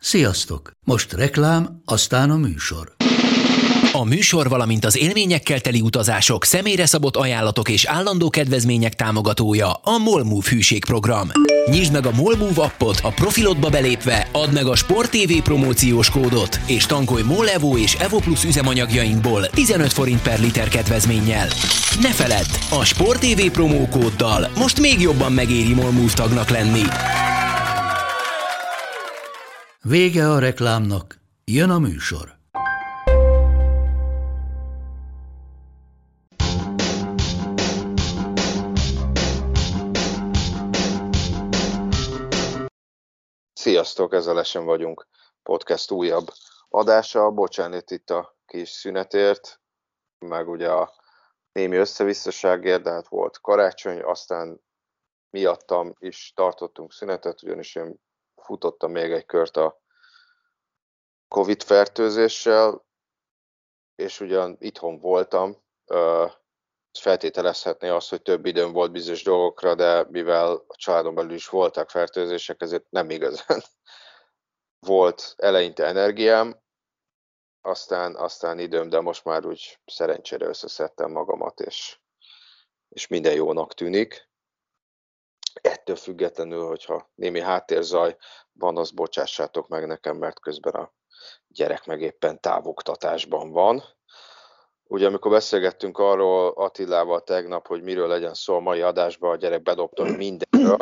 Sziasztok! Most reklám, aztán a műsor. A műsor, valamint az élményekkel teli utazások, személyre szabott ajánlatok és állandó kedvezmények támogatója a MOL Move hűségprogram. Nyisd meg a MOL Move appot, a profilodba belépve add meg a Sport TV promóciós kódot, és tankolj MOL Evo és Evo Plus üzemanyagjainkból 15 forint per liter kedvezménnyel. Ne feledd, a Sport TV promókóddal most még jobban megéri MOL Move tagnak lenni. Vége a reklámnak, jön a műsor. Sziasztok, ezzel Lesen vagyunk. Podcast újabb adása. Bocsánat itt a kis szünetért, meg ugye a némi összevisszaságért, de hát volt karácsony, aztán miattam is tartottunk szünetet, ugyanis én futottam még egy kört a Covid fertőzéssel, és ugyan itthon voltam, feltételezhetné azt, hogy több időm volt bizonyos dolgokra, de mivel a családon belül is voltak fertőzések, ezért nem igazán volt eleinte energiám, aztán időm, de most már úgy szerencsére összeszedtem magamat, és minden jónak tűnik. Ettől függetlenül, hogyha némi háttérzaj van, azt bocsássátok meg nekem, mert közben a gyerek meg éppen távoktatásban van. Ugye amikor beszélgettünk arról Attilával tegnap, hogy miről legyen szó a mai adásban, a gyerek bedobta mindenről.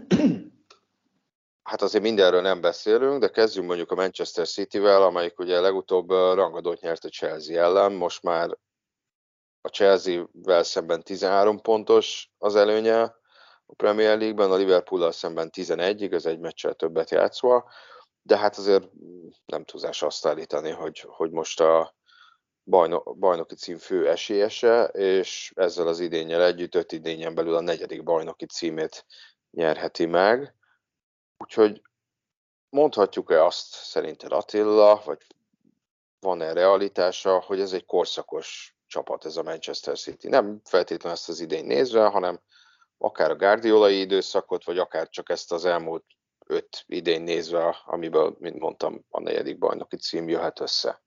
Hát azért mindenről nem beszélünk, de kezdjünk mondjuk a Manchester Cityvel, amelyik ugye legutóbb rangadót nyert a Chelsea ellen. Most már a Chelsea-vel szemben 13 pontos az előnye a Premier League-ben, a Liverpool-al szemben 11, az egy meccsel többet játszva, de hát azért nem túlzás azt állítani, hogy most a bajnoki cím fő esélyese, és ezzel az idénnyel együtt 5 idényen belül a 4. bajnoki címét nyerheti meg. Úgyhogy mondhatjuk-e azt szerinted Attila, vagy van-e realitása, hogy ez egy korszakos csapat ez a Manchester City? Nem feltétlenül ezt az idény nézve, hanem akár a Guardiolai időszakot, vagy akár csak ezt az elmúlt 5 idény nézve, amiből, mint mondtam, a 4. bajnoki cím jöhet össze.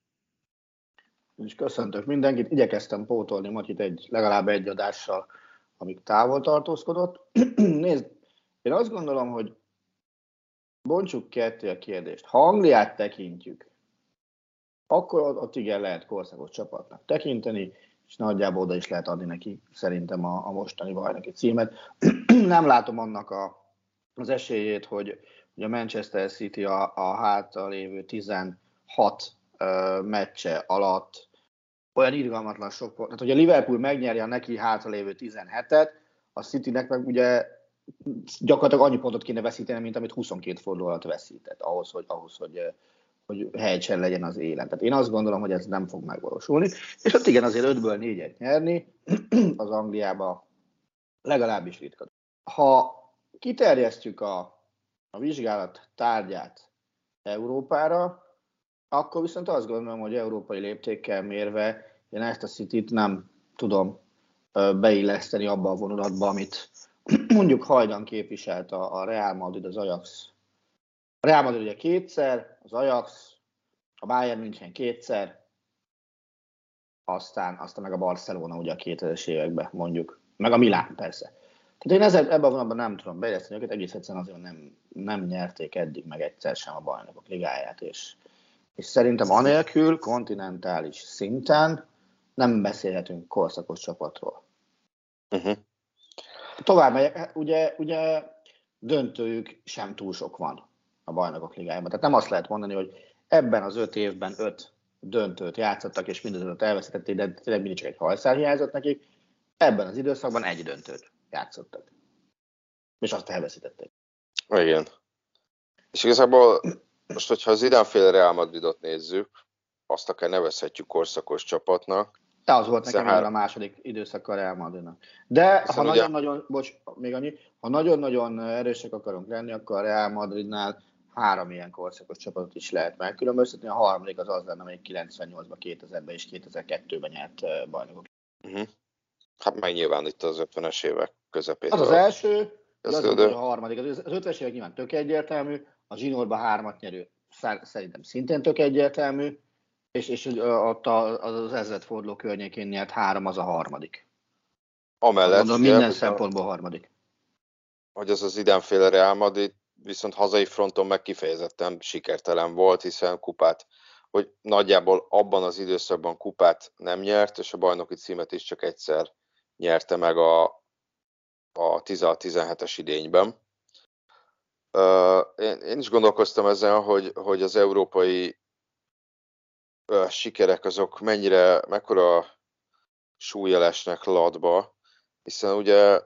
És köszöntök mindenkit, igyekeztem pótolni Matyit legalább egy adással, amíg távol tartózkodott. Nézd, én azt gondolom, hogy bontsuk ketté a kérdést. Ha Angliát tekintjük, akkor ott igen lehet korszakos csapatnak tekinteni, és nagyjából oda is lehet adni neki szerintem a mostani bajnoki címet. Nem látom annak az esélyét, hogy a Manchester City a hátra lévő 16 meccse alatt olyan irgalmatlan sok, tehát hogy a Liverpool megnyerje a neki hátralévő 17-et, a Citynek meg ugye gyakorlatilag annyi pontot kéne veszíteni, mint amit 22 forduló alatt veszített, ahhoz, hogy helyesen legyen az élen. Tehát én azt gondolom, hogy ez nem fog megvalósulni. És ott igen, azért 5-ből 4-et nyerni az Angliába legalábbis ritka. Ha kiterjesztjük a vizsgálat tárgyát Európára, akkor viszont azt gondolom, hogy európai léptékkel mérve én ezt a Cityt nem tudom beilleszteni abba a vonulatba, amit mondjuk hajdan képviselt a Real Madrid, az Ajax. A Real Madrid ugye 2-szer, az Ajax, a Bayern München 2-szer, aztán meg a Barcelona ugye a 2000-es években mondjuk, meg a Milán persze. Tehát én ebben a vonatban nem tudom beilleszteni őket, egész egyszerűen azért nem nyerték eddig meg egyszer sem a Bajnokok Ligáját, és szerintem anélkül kontinentális szinten nem beszélhetünk korszakos csapatról. Uh-huh. Tovább megyek, ugye döntőjük sem túl sok van a Bajnokok Ligájában. Tehát nem azt lehet mondani, hogy ebben az 5 évben 5 döntőt játszottak, és mindazonat elveszítették, de tényleg mindig csak egy hajszál hiányzott nekik. Ebben az időszakban 1 döntőt játszottak. És azt elveszítették. Igen. És igazából most, hogyha az Zidane-féle Real Madridot nézzük, azt akár nevezhetjük korszakos csapatnak. De az volt nekem a második időszak a Real Madridnak. De ha nagyon-nagyon erősek akarunk lenni, akkor a Real Madridnál 3 ilyen korszakos csapatot is lehet megkülönböztetni. A harmadik az lenne, amelyik 98-ban, 2000-ben és 2002-ben nyert bajnokok. Uh-huh. Hát meg nyilván itt az 50-es évek közepén. Az első, az a harmadik. Az 50-es évek nyilván tök egyértelmű, a zsinórba 3-at nyerő szerintem szintén tök egyértelmű, és ott az ezredforduló környékén nyert 3, az a harmadik. Amellett, Mondom, ugye, minden szempontból harmadik. hogy az idénféle Real Madrid viszont hazai fronton meg kifejezetten sikertelen volt, hiszen kupát, hogy nagyjából abban az időszakban kupát nem nyert, és a bajnoki címet is csak egyszer nyerte meg a 16-17-es idényben. Én is gondolkoztam ezen, hogy az európai sikerek azok mekkora súlya lesnek latba, hiszen ugye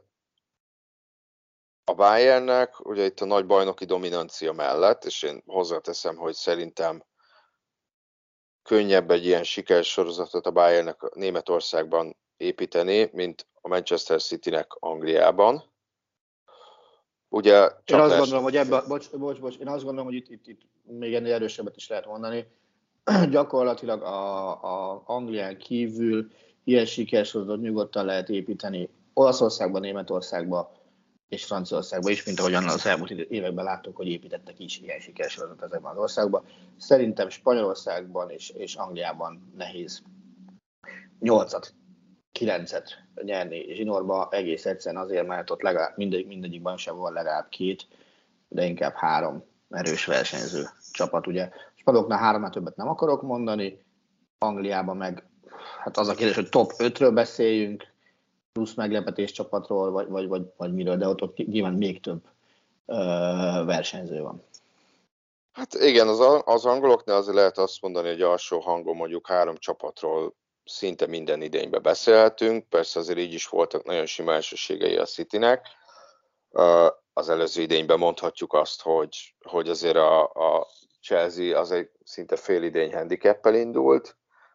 a Bayernnek ugye itt a nagy bajnoki dominancia mellett, és én hozzáteszem, hogy szerintem könnyebb egy ilyen sikersorozatot a Bayernnek Németországban építeni, mint a Manchester Citynek Angliában. Ugye, én azt gondolom, hogy ebben, én azt gondolom, hogy itt még ennél erősebbet is lehet mondani. Gyakorlatilag a Anglián kívül ilyen sikersorozatot nyugodtan lehet építeni Olaszországban, Németországban és Franciaországban is, mint ahogyan az elmúlt években láttuk, hogy építettek is ilyen sikersorozatot ezekben az országban. Szerintem Spanyolországban és Angliában nehéz 8-at, 9-et nyerni zsinórba, egész egyszerűen azért, mert ott legalább mindegyikben sem van legalább 2, de inkább 3 erős versenyző csapat. Ugye Spadoknál 3-nál többet nem akarok mondani, Angliában meg hát az a kérdés, hogy top 5-ről beszéljünk, plusz meglepetés csapatról, vagy miről, de ott nyilván még több versenyző van. Hát igen, az angoloknál azért lehet azt mondani, hogy alsó hangon mondjuk 3 csapatról szinte minden idényben beszélhetünk, persze azért így is voltak nagyon sima elsőségei a Citynek. Az előző idényben mondhatjuk azt, hogy azért a Chelsea az egy szinte fél idény handicappel indult,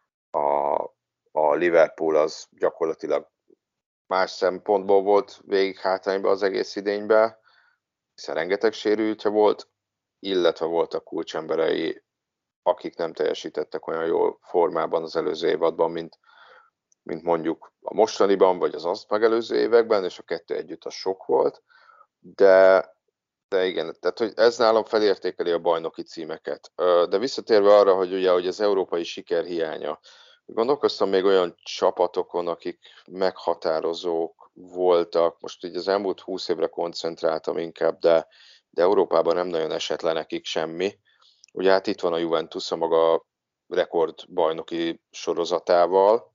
a Liverpool az gyakorlatilag más szempontból volt végig hátrányban az egész idényben, hiszen rengeteg sérültje volt, illetve voltak kulcsemberei, akik nem teljesítettek olyan jól formában az előző évadban, mint mondjuk a mostaniban, vagy az azt megelőző években, és a kettő együtt az sok volt. De igen, tehát hogy ez nálam felértékeli a bajnoki címeket. De visszatérve arra, hogy ugye hogy az európai siker hiánya, gondolkoztam még olyan csapatokon, akik meghatározók voltak, most így az elmúlt 20 évre koncentráltam inkább, de Európában nem nagyon esett le nekik semmi. Ugye hát itt van a Juventus a maga rekordbajnoki sorozatával,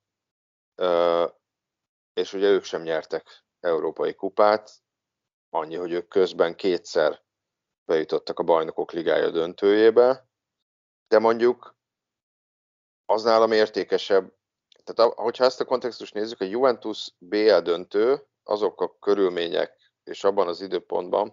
és ugye ők sem nyertek európai kupát, annyi, hogy ők közben 2-szer bejutottak a Bajnokok Ligája döntőjébe, de mondjuk az nálam értékesebb, tehát hogyha ezt a kontextust nézzük, a Juventus BL döntő, azok a körülmények és abban az időpontban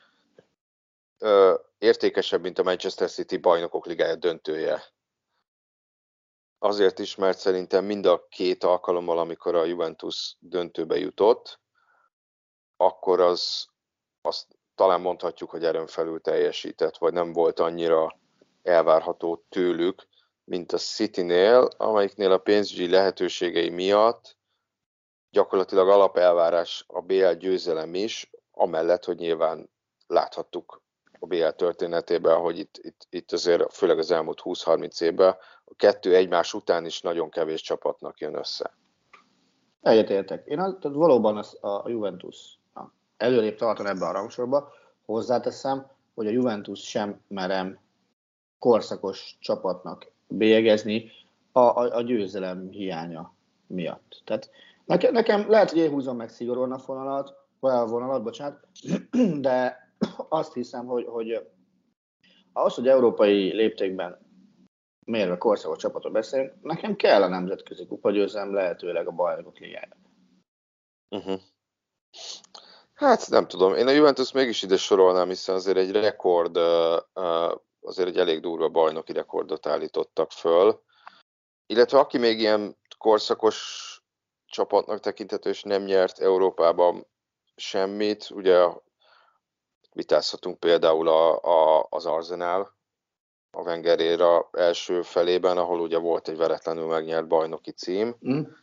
értékesebb, mint a Manchester City Bajnokok Ligája döntője. Azért is, mert szerintem mind a 2 alkalommal, amikor a Juventus döntőbe jutott, akkor azt talán mondhatjuk, hogy erőn felül teljesített, vagy nem volt annyira elvárható tőlük, mint a Citynél, amelyiknél a pénzügyi lehetőségei miatt gyakorlatilag alapelvárás a BL győzelem is, amellett, hogy nyilván láthattuk a BL történetében, hogy itt azért főleg az elmúlt 20-30 évben a 2 egymás után is nagyon kevés csapatnak jön össze. Egyetértek. Tehát valóban a Juventus előrébb tartan ebbe a rangsorba. Hozzáteszem, hogy a Juventus sem merem korszakos csapatnak bélyegezni a győzelem hiánya miatt. Tehát nekem lehet, hogy én húzom meg szigorúan a vonalat, de azt hiszem, hogy ahhoz, hogy európai léptékben mérve korszakos csapatot beszélünk, nekem kell a nemzetközi kupagyőzelem, lehetőleg a Bajnokok Ligája. Uh-huh. Hát nem tudom, én a Juventus mégis ide sorolnám, hiszen azért egy rekord, azért egy elég durva bajnoki rekordot állítottak föl. Illetve aki még ilyen korszakos csapatnak tekinthető, és nem nyert Európában semmit, ugye vitázhatunk például az Arsenal a Wenger éra első felében, ahol ugye volt egy veretlenül megnyert bajnoki cím,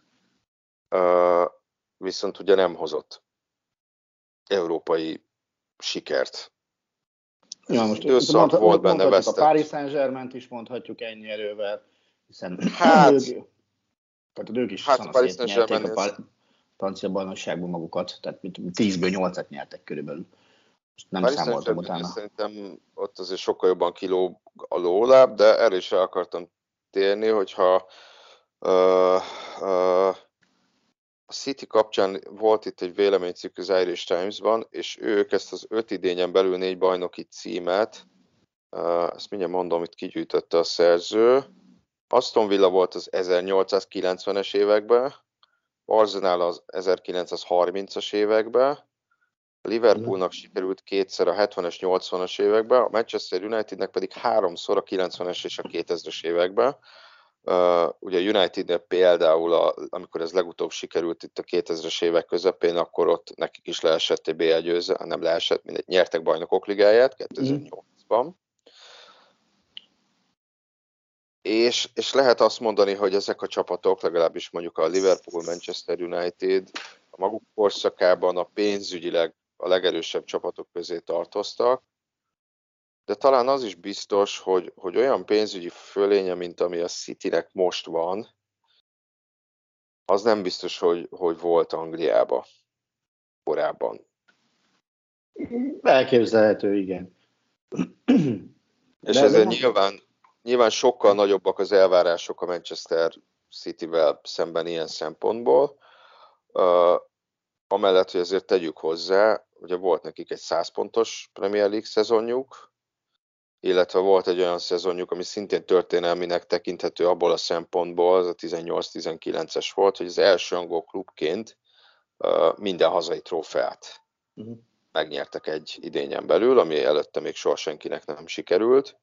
viszont ugye nem hozott európai sikert. Ja, most időszak volt benne mondhatjuk vesztett. a Paris Saint-Germaint is mondhatjuk ennyi erővel, hiszen ők is szanaszét nyerték a francia bajnokságban magukat, tehát 10-ből 8-at nyertek körülbelül. Nem Paris számoltam utána. Szerintem ott azért sokkal jobban kilóg a lóláb, de erre is el akartam térni, hogyha a City kapcsán volt itt egy véleménycikk az Irish Times-ban, és ők ezt az 5 idényen belül 4 bajnoki címet, ezt mindjárt mondom, itt kigyűjtötte a szerző. Aston Villa volt az 1890-es években, Arsenal az 1930-as években, Liverpoolnak sikerült kétszer a 70-es, 80-as években, a Manchester Unitednek pedig 3-szor a 90-es és a 2000-es években. Ugye a Unitednél például, amikor ez legutóbb sikerült itt a 2000-es évek közepén, akkor ott nekik is leesett egy BL győzelem, nem leesett, mindegy, nyertek bajnokok ligáját 2008-ban. És lehet azt mondani, hogy ezek a csapatok, legalábbis mondjuk a Liverpool, Manchester United, a maguk korszakában a pénzügyileg a legerősebb csapatok közé tartoztak, de talán az is biztos, hogy olyan pénzügyi fölénye, mint ami a Citynek most van, az nem biztos, hogy volt Angliában korábban. Elképzelhető, igen. És ezért nyilván sokkal nagyobbak az elvárások a Manchester Cityvel szemben ilyen szempontból. Amellett, hogy azért tegyük hozzá, ugye volt nekik egy 100 pontos Premier League szezonjuk, illetve volt egy olyan szezonjuk, ami szintén történelminek tekinthető abból a szempontból, az a 18-19-es volt, hogy az első angol klubként minden hazai trófeát megnyertek egy idényen belül, ami előtte még soha senkinek nem sikerült.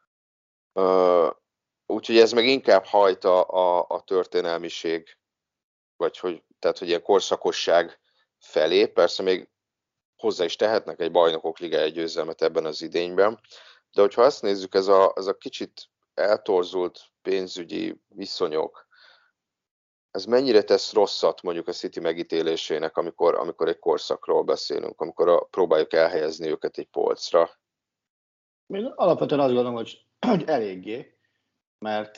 Úgyhogy ez meg inkább hajt a történelmiség, tehát hogy ilyen korszakosság felé. Persze még hozzá is tehetnek egy bajnokok ligája győzelmet ebben az idényben, de hogyha azt nézzük, ez a kicsit eltorzult pénzügyi viszonyok, ez mennyire tesz rosszat mondjuk a City megítélésének, amikor egy korszakról beszélünk, amikor próbáljuk elhelyezni őket egy polcra? Én alapvetően azt gondolom, hogy eléggé, mert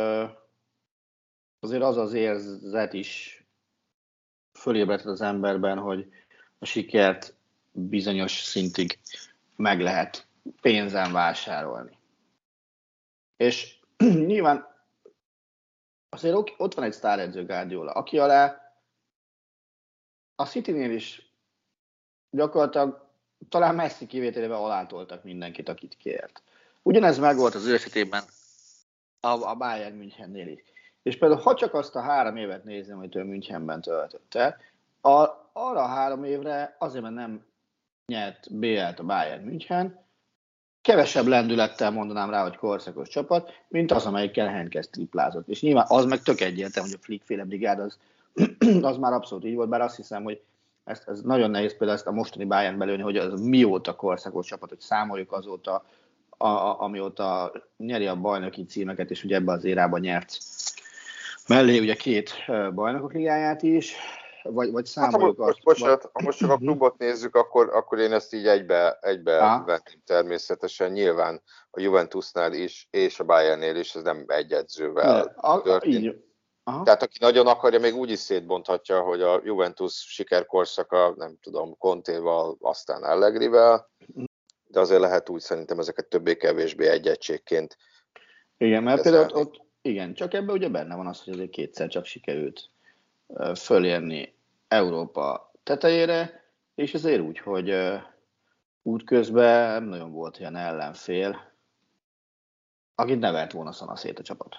azért az érzet is fölébredt az emberben, hogy a sikert bizonyos szintig meg lehet pénzen vásárolni. És nyilván azért ott van egy sztáredző, Guardiola, aki alá a Citynél is gyakorlatilag talán Messi kivételével alátoltak mindenkit, akit kért. Ugyanez megvolt az ő esetében a Bayern Münchennél is. És például, ha csak azt a 3 évet nézem, hogy ő Münchenben töltötte, arra a 3 évre azért, mert nem nyert BL-t a Bayern München, kevesebb lendülettel mondanám rá, hogy korszakos csapat, mint az, amelyikkel Henkes triplázott. És nyilván az meg tök egyértelmű, hogy a Flick-féle brigád az már abszolút így volt, bár azt hiszem, hogy ez nagyon nehéz például ezt a mostani Bayern belőni, hogy az mióta korszakos csapat, hogy számoljuk azóta, amióta nyeri a bajnoki címeket, és ugye ebben az érában nyert mellé ugye 2 bajnokok ligáját is, vagy számoljuk azt. Bocsánat, ha most csak a klubot nézzük, akkor én ezt így egybe venném természetesen. Nyilván a Juventusnál is, és a Bayernnél is, ez nem egy edzővel történt. Tehát aki nagyon akarja, még úgy is szétbonthatja, hogy a Juventus sikerkorszaka, nem tudom, Contéval, aztán Allegrivel, de azért lehet úgy szerintem ezeket többé-kevésbé egy egységként. Igen, mert például ott igen, csak ebben ugye benne van az, hogy azért 2-szer csak sikerült fölérni Európa tetejére, és azért úgy, hogy útközben nem nagyon volt olyan ellenfél, akit ne vert volna szanaszét a csapat.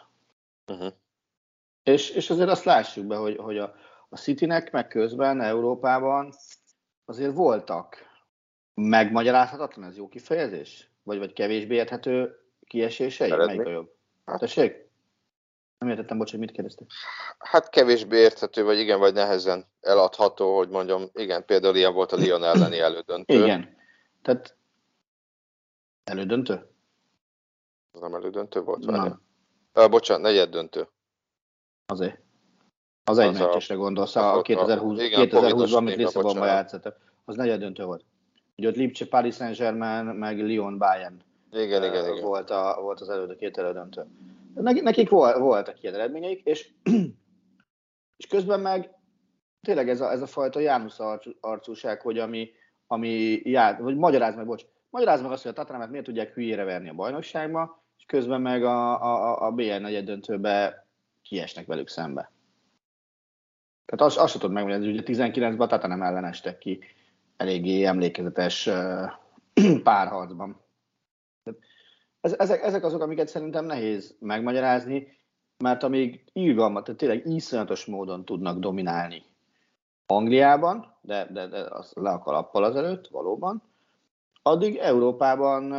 És azért azt lássuk be, hogy a Citynek meg közben Európában azért voltak megmagyarázhatatlan, ez jó kifejezés? Vagy kevésbé érthető kiesései? Melyik a jobb? Tessék? Nem értettem, bocs, hogy mit kérdeztek. Hát kevésbé érthető, vagy igen, vagy nehezen eladható, hogy mondjam. Igen, például ilyen volt a Lyon elleni elődöntő. Igen. Tehát elődöntő? Az nem elődöntő volt? Nem. Bocsánat, negyeddöntő. Azért. Az egy meccsesre gondolsz, a 2020-ban, amit Lisszabonban játszottak. Az negyeddöntő volt. Ugye ott Lipcse, Paris Saint-Germain, meg Lyon, Bayern Igen. volt az két elődöntő. Nekik voltak ilyen eredményeik, és közben meg tényleg ez a fajta János arcúság, hogy vagy magyarázd meg azt, hogy a Tottenhamet miért tudják hülyére verni a bajnokságba, és közben meg a BL negyeddöntőbe kiesnek velük szembe. Tehát azt sem tudod megmondani, hogy ugye 19-ben a Tottenham ellen estek ki eléggé emlékezetes párharcban. Ezek azok, amiket szerintem nehéz megmagyarázni, mert amíg irgalmat, tehát tényleg iszonyatos módon tudnak dominálni Angliában, de az le a kalappal azelőtt, valóban, addig Európában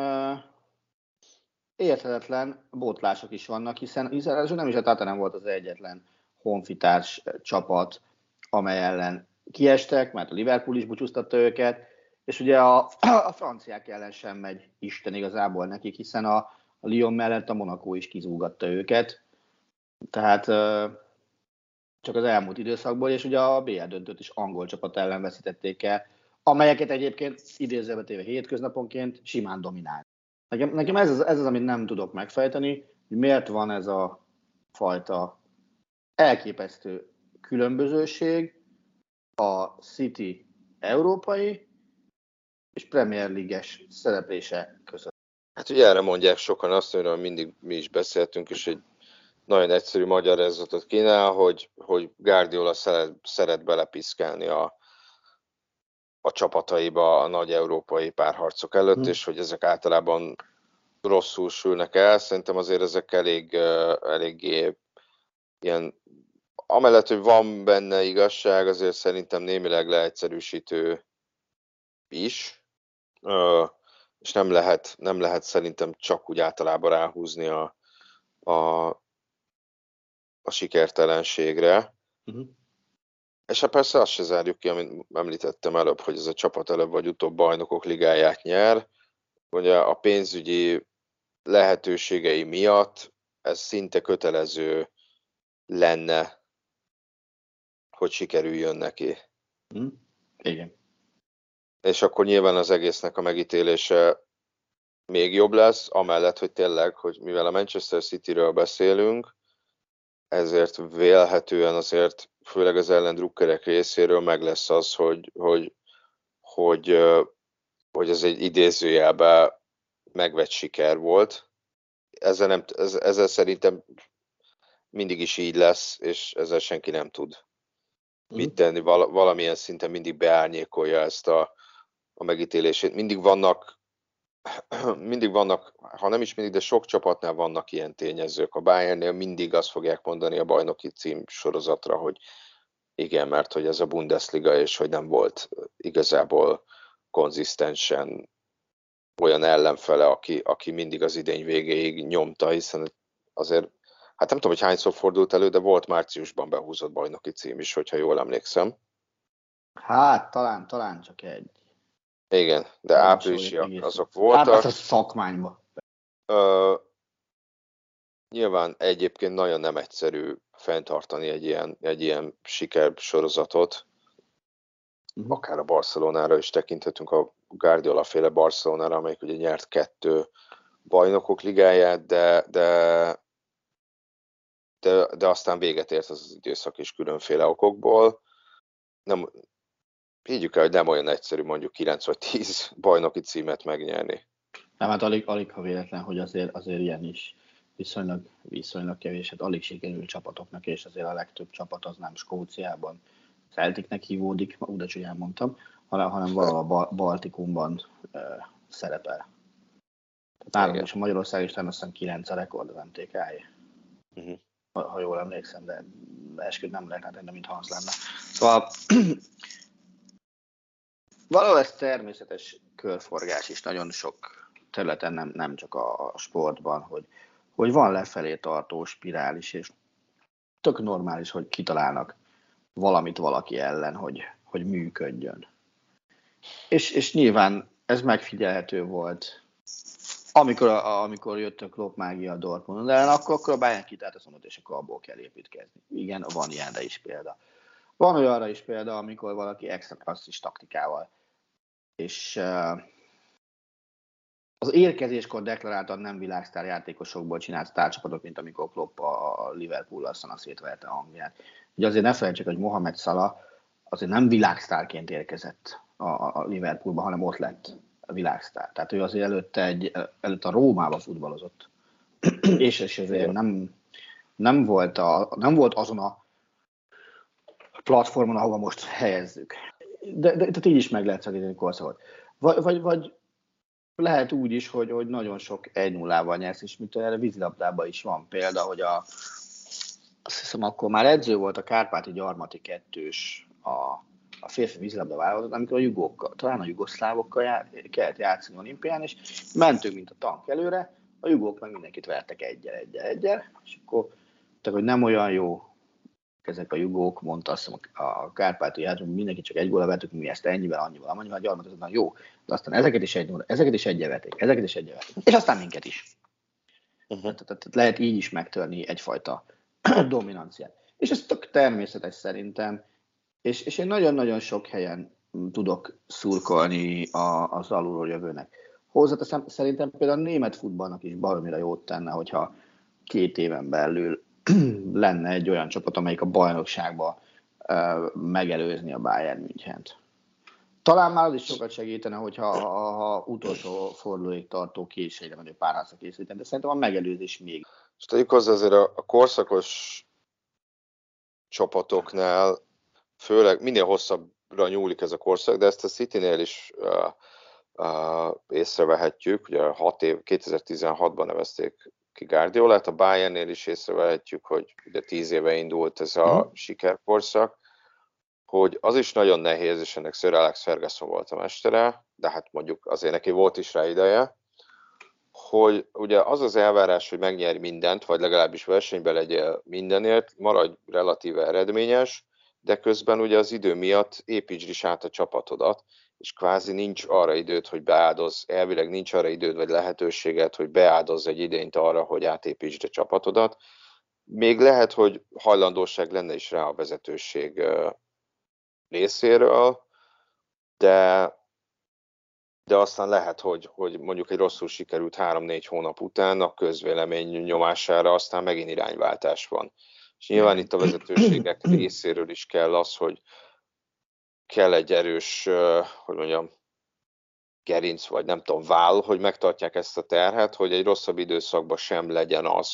érthetetlen botlások is vannak, hiszen nem is a Tottenham volt az egyetlen honfitárs csapat, amely ellen kiestek, mert a Liverpool is búcsúztatta őket, és ugye a franciák ellen sem megy Isten igazából nekik, hiszen a Lyon mellett a Monaco is kizúgatta őket. Tehát csak az elmúlt időszakból, és ugye a BL döntőt is angol csapat ellen veszítették el, amelyeket egyébként idézőbe téve hétköznaponként simán dominál. Nekem ez az, amit nem tudok megfejteni, hogy miért van ez a fajta elképesztő különbözőség a City európai és Premier League-es szereplése között. Hát ugye erre mondják sokan azt, amiről mindig mi is beszéltünk, és egy nagyon egyszerű magyarázatot kínál, hogy Guardiola szeret belepiszkálni a csapataiba a nagy európai párharcok előtt, és hogy ezek általában rosszul sülnek el. Szerintem azért ezek eléggé ilyen, amellett, hogy van benne igazság, azért szerintem némileg leegyszerűsítő is, és nem lehet szerintem csak úgy általában ráhúzni a sikertelenségre. És hát persze azt se zárjuk ki, amit említettem előbb, hogy ez a csapat előbb vagy utóbb bajnokok ligáját nyer. Ugye a pénzügyi lehetőségei miatt ez szinte kötelező lenne, hogy sikerüljön neki. Igen. És akkor nyilván az egésznek a megítélése még jobb lesz, amellett, hogy tényleg, hogy mivel a Manchester Cityről beszélünk, ezért vélhetően azért, főleg az ellendrukkerek részéről meg lesz az, hogy ez egy idézőjelben megvett siker volt. Ezzel szerintem mindig is így lesz, és ezzel senki nem tud mit tenni. Valamilyen szinten mindig beárnyékolja ezt a megítélését. Mindig vannak, ha nem is mindig, de sok csapatnál vannak ilyen tényezők. A Bayernnél mindig azt fogják mondani a bajnoki cím sorozatra, hogy igen, mert hogy ez a Bundesliga, és hogy nem volt igazából konzisztensen olyan ellenfele, aki mindig az idény végéig nyomta, hiszen azért, hát nem tudom, hogy hányszor fordult elő, de volt márciusban behúzott bajnoki cím is, hogyha jól emlékszem. Hát, talán csak egy. Igen, de áprilisiak azok voltak. Hát, az a szakmányban. Nyilván egyébként nagyon nem egyszerű fenntartani egy ilyen sikersorozatot. Akár a Barcelonára is tekinthetünk, a Guardiola féle Barcelonára, amelyik ugye nyert 2 bajnokok ligáját, de aztán véget ért az időszak is különféle okokból. Nem, higgyük el, hogy nem olyan egyszerű mondjuk 9 vagy 10 bajnoki címet megnyerni. Nem, hát alig ha véletlen, hogy azért ilyen is viszonylag kevés, hát alig sikerül csapatoknak, és azért a legtöbb csapat az nem Skóciában Celticnek hívódik, úgy csúnyán mondtam, hanem valahol a Baltikumban szerepel. Nálunk is a Magyarország is azt hiszem 9 a rekord az MTK-é. Ha jól emlékszem, de esküd nem lehetne tenni, mintha az lenne. Szóval valahol ez természetes körforgás is nagyon sok területen, nem csak a sportban, hogy van lefelé tartó spirál is, és tök normális, hogy kitalálnak valamit valaki ellen, hogy működjön. És nyilván ez megfigyelhető volt, amikor jött a Klopp mágia a Dortmund, de akkor a Bayern kitált a szomot, és akkor abból kell építkezni. Igen, van ilyenre is példa. Van olyanra is példa, amikor valaki extra klasszis taktikával és az érkezéskor deklaráltan nem világsztár játékosokból csinált sztárcsapatot, mint amikor Klopp a Liverpool-al szétverte Angliát. Ugye azért ne felejtsük, hogy Mohamed Salah azért nem világsztárként érkezett a Liverpoolba, hanem ott lett a világsztár. Tehát ő azért előtte a Rómába futballozott. és azért nem volt azon a platformon, ahova most helyezzük. De így is meg lehet szakítani korszakot. Vagy lehet úgy is, hogy nagyon sok 1-0-val nyersz, és mint erre vízilabdában is van példa, hogy azt hiszem akkor már edző volt a Kárpáti Gyarmati 2-s a férfi vízilabda válogatott, amikor talán a jugoszlávokkal kellett játszani olimpián, és mentünk, mint a tank előre, a jugók meg mindenkit vertek egyel, és akkor hogy nem olyan jó ezek a jugók, mondta azt hiszem a Kárpáti játék, hogy mindenki csak egy góllal vertük, mi ezt ennyivel, annyival, a Gyarmat az jó, de aztán ezeket is egyel verték, és aztán minket is. Tehát lehet így is megtörni egyfajta dominanciát. És ez tök természetes szerintem, és én nagyon-nagyon sok helyen tudok szurkolni az alulról jövőnek. Hozzáteszem, szerintem például a német futballnak is baromira jót tenne, hogyha 2 éven belül lenne egy olyan csapat, amelyik a bajnokságban megelőzni a Bayern Münchent. Talán már az is sokat segítene, hogyha utolsó fordulóig tartó készségre menő párharcra készíteni, de szerintem a megelőzés még. És tegyük hozzá azért a korszakos csapatoknál, főleg minél hosszabbra nyúlik ez a korszak, de ezt a Citynél is észrevehetjük, ugye 2016-ban nevezték ki Guardiolát, a Bayernnél is észrevehetjük, hogy ugye 10 éve indult ez a sikerkorszak, hogy az is nagyon nehéz, és ennek Sir Alex Ferguson volt a mestere, de hát mondjuk azért neki volt is rá ideje, hogy ugye az az elvárás, hogy megnyerj mindent, vagy legalábbis versenyben legyél mindenért, maradj relatíve eredményes, de közben ugye az idő miatt építsd is át a csapatodat, és kvázi nincs arra időd, hogy beáldoz, elvileg nincs arra időd, vagy lehetőséged, hogy beáldozz egy idényt arra, hogy átépítsd a csapatodat. Még lehet, hogy hajlandóság lenne is rá a vezetőség részéről, de aztán lehet, hogy mondjuk egy rosszul sikerült 3-4 hónap után a közvélemény nyomására aztán megint irányváltás van. És nyilván itt a vezetőségek részéről is kell az, hogy kell egy erős, hogy mondjam, gerinc, vagy nem tudom, váll, hogy megtartják ezt a terhet, hogy egy rosszabb időszakban sem legyen az,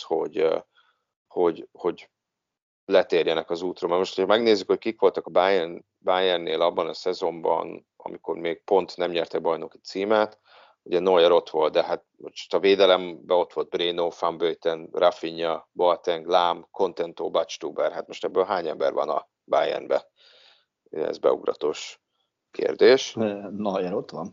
hogy letérjenek az útról. Mert most, hogyha megnézzük, hogy kik voltak a Bayernnél abban a szezonban, amikor még pont nem nyerte bajnoki címet, ugye Neuer ott volt, de hát most a védelemben ott volt Breno, Van Buyten, Rafinha, Boateng, Lahm, Contento, Badstuber. Hát most ebből hány ember van a Bayernben? Ez beugratos kérdés. Neuer ott van.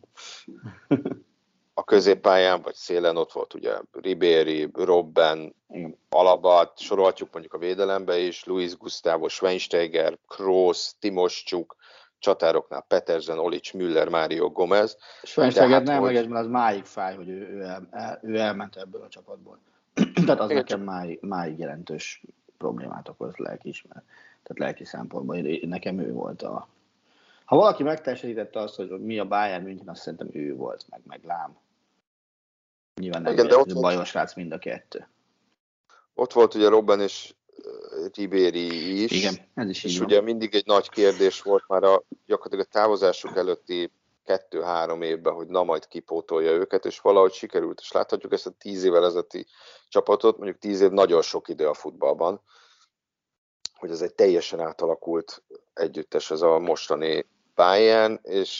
A középpályán vagy szélen ott volt ugye Ribéry, Robben, Alaba, sorolhatjuk mondjuk a védelembe is, Luis Gustavo, Schweinsteiger, Kroos, Timoscsuk, csatároknál Petersen, Olic, Müller, Mário Gomez. Schweinsteiger nem emleges, mert az máig fáj, hogy ő elment ebből a csapatból. Tehát az nekem máig jelentős problémát okoz lelkiismeret. Tehát lelki szempontból nekem ő volt a... Ha valaki megtestesítette azt, hogy mi a Bayern München, azt szerintem ő volt, meg Lahm. Nyilván nem bajos rác mind a kettő. Ott volt ugye Robben és Ribéry is. Igen, ez is és így ugye mindig egy nagy kérdés volt már gyakorlatilag a távozásuk előtti 2-3 évben, hogy na majd kipótolja őket, és valahogy sikerült. És láthatjuk ezt a 10 évvel ezelőtti csapatot, mondjuk 10 év nagyon sok idő a futballban, hogy ez egy teljesen átalakult együttes ez a mostani Bayern,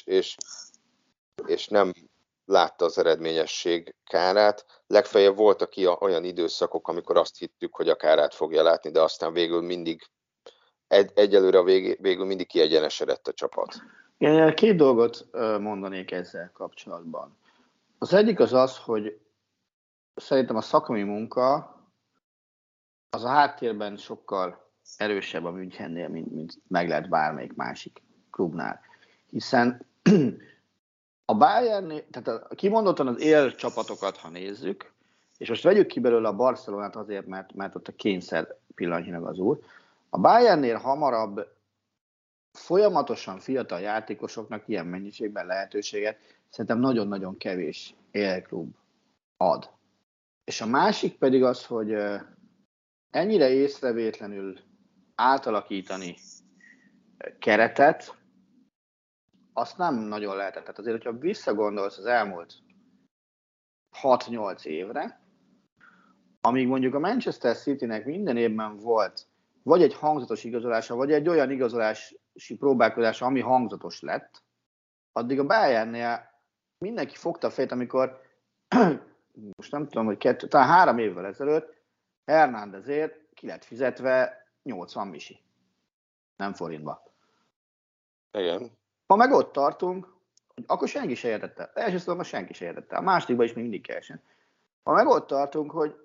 és nem látta az eredményesség kárát. Legfeljebb voltak olyan időszakok, amikor azt hittük, hogy a kárát fogja látni, de aztán végül mindig, egyelőre végül mindig kiegyenesedett a csapat. Én 2 dolgot mondanék ezzel kapcsolatban. Az egyik az, hogy szerintem a szakmai munka az a háttérben sokkal erősebb a Münchennél, mint meg lehet bármelyik másik klubnál. Hiszen a Bayern, tehát kimondottan az élcsapatokat, ha nézzük, és most vegyük ki belőle a Barcelonát azért, mert ott a kényszer pillanatnyilag az úr. A Bayernnél hamarabb folyamatosan fiatal játékosoknak ilyen mennyiségben lehetőséget szerintem nagyon-nagyon kevés élklub ad. És a másik pedig az, hogy ennyire észrevétlenül átalakítani keretet, azt nem nagyon lehetett. Tehát azért, hogyha visszagondolsz az elmúlt 6-8 évre, amíg mondjuk a Manchester Citynek minden évben volt vagy egy hangzatos igazolása, vagy egy olyan igazolási próbálkozása, ami hangzatos lett, addig a Bayernnél mindenki fogta a fejét, amikor most nem tudom, hogy talán 3 évvel ezelőtt Hernándezért ki lett fizetve 80 misi. Nem forintba. Igen. Ma meg ott tartunk, hogy akkor senki se értette. Első szólomban senki se értette. A másodikban is még mindig kevesen. Ma meg ott tartunk, hogy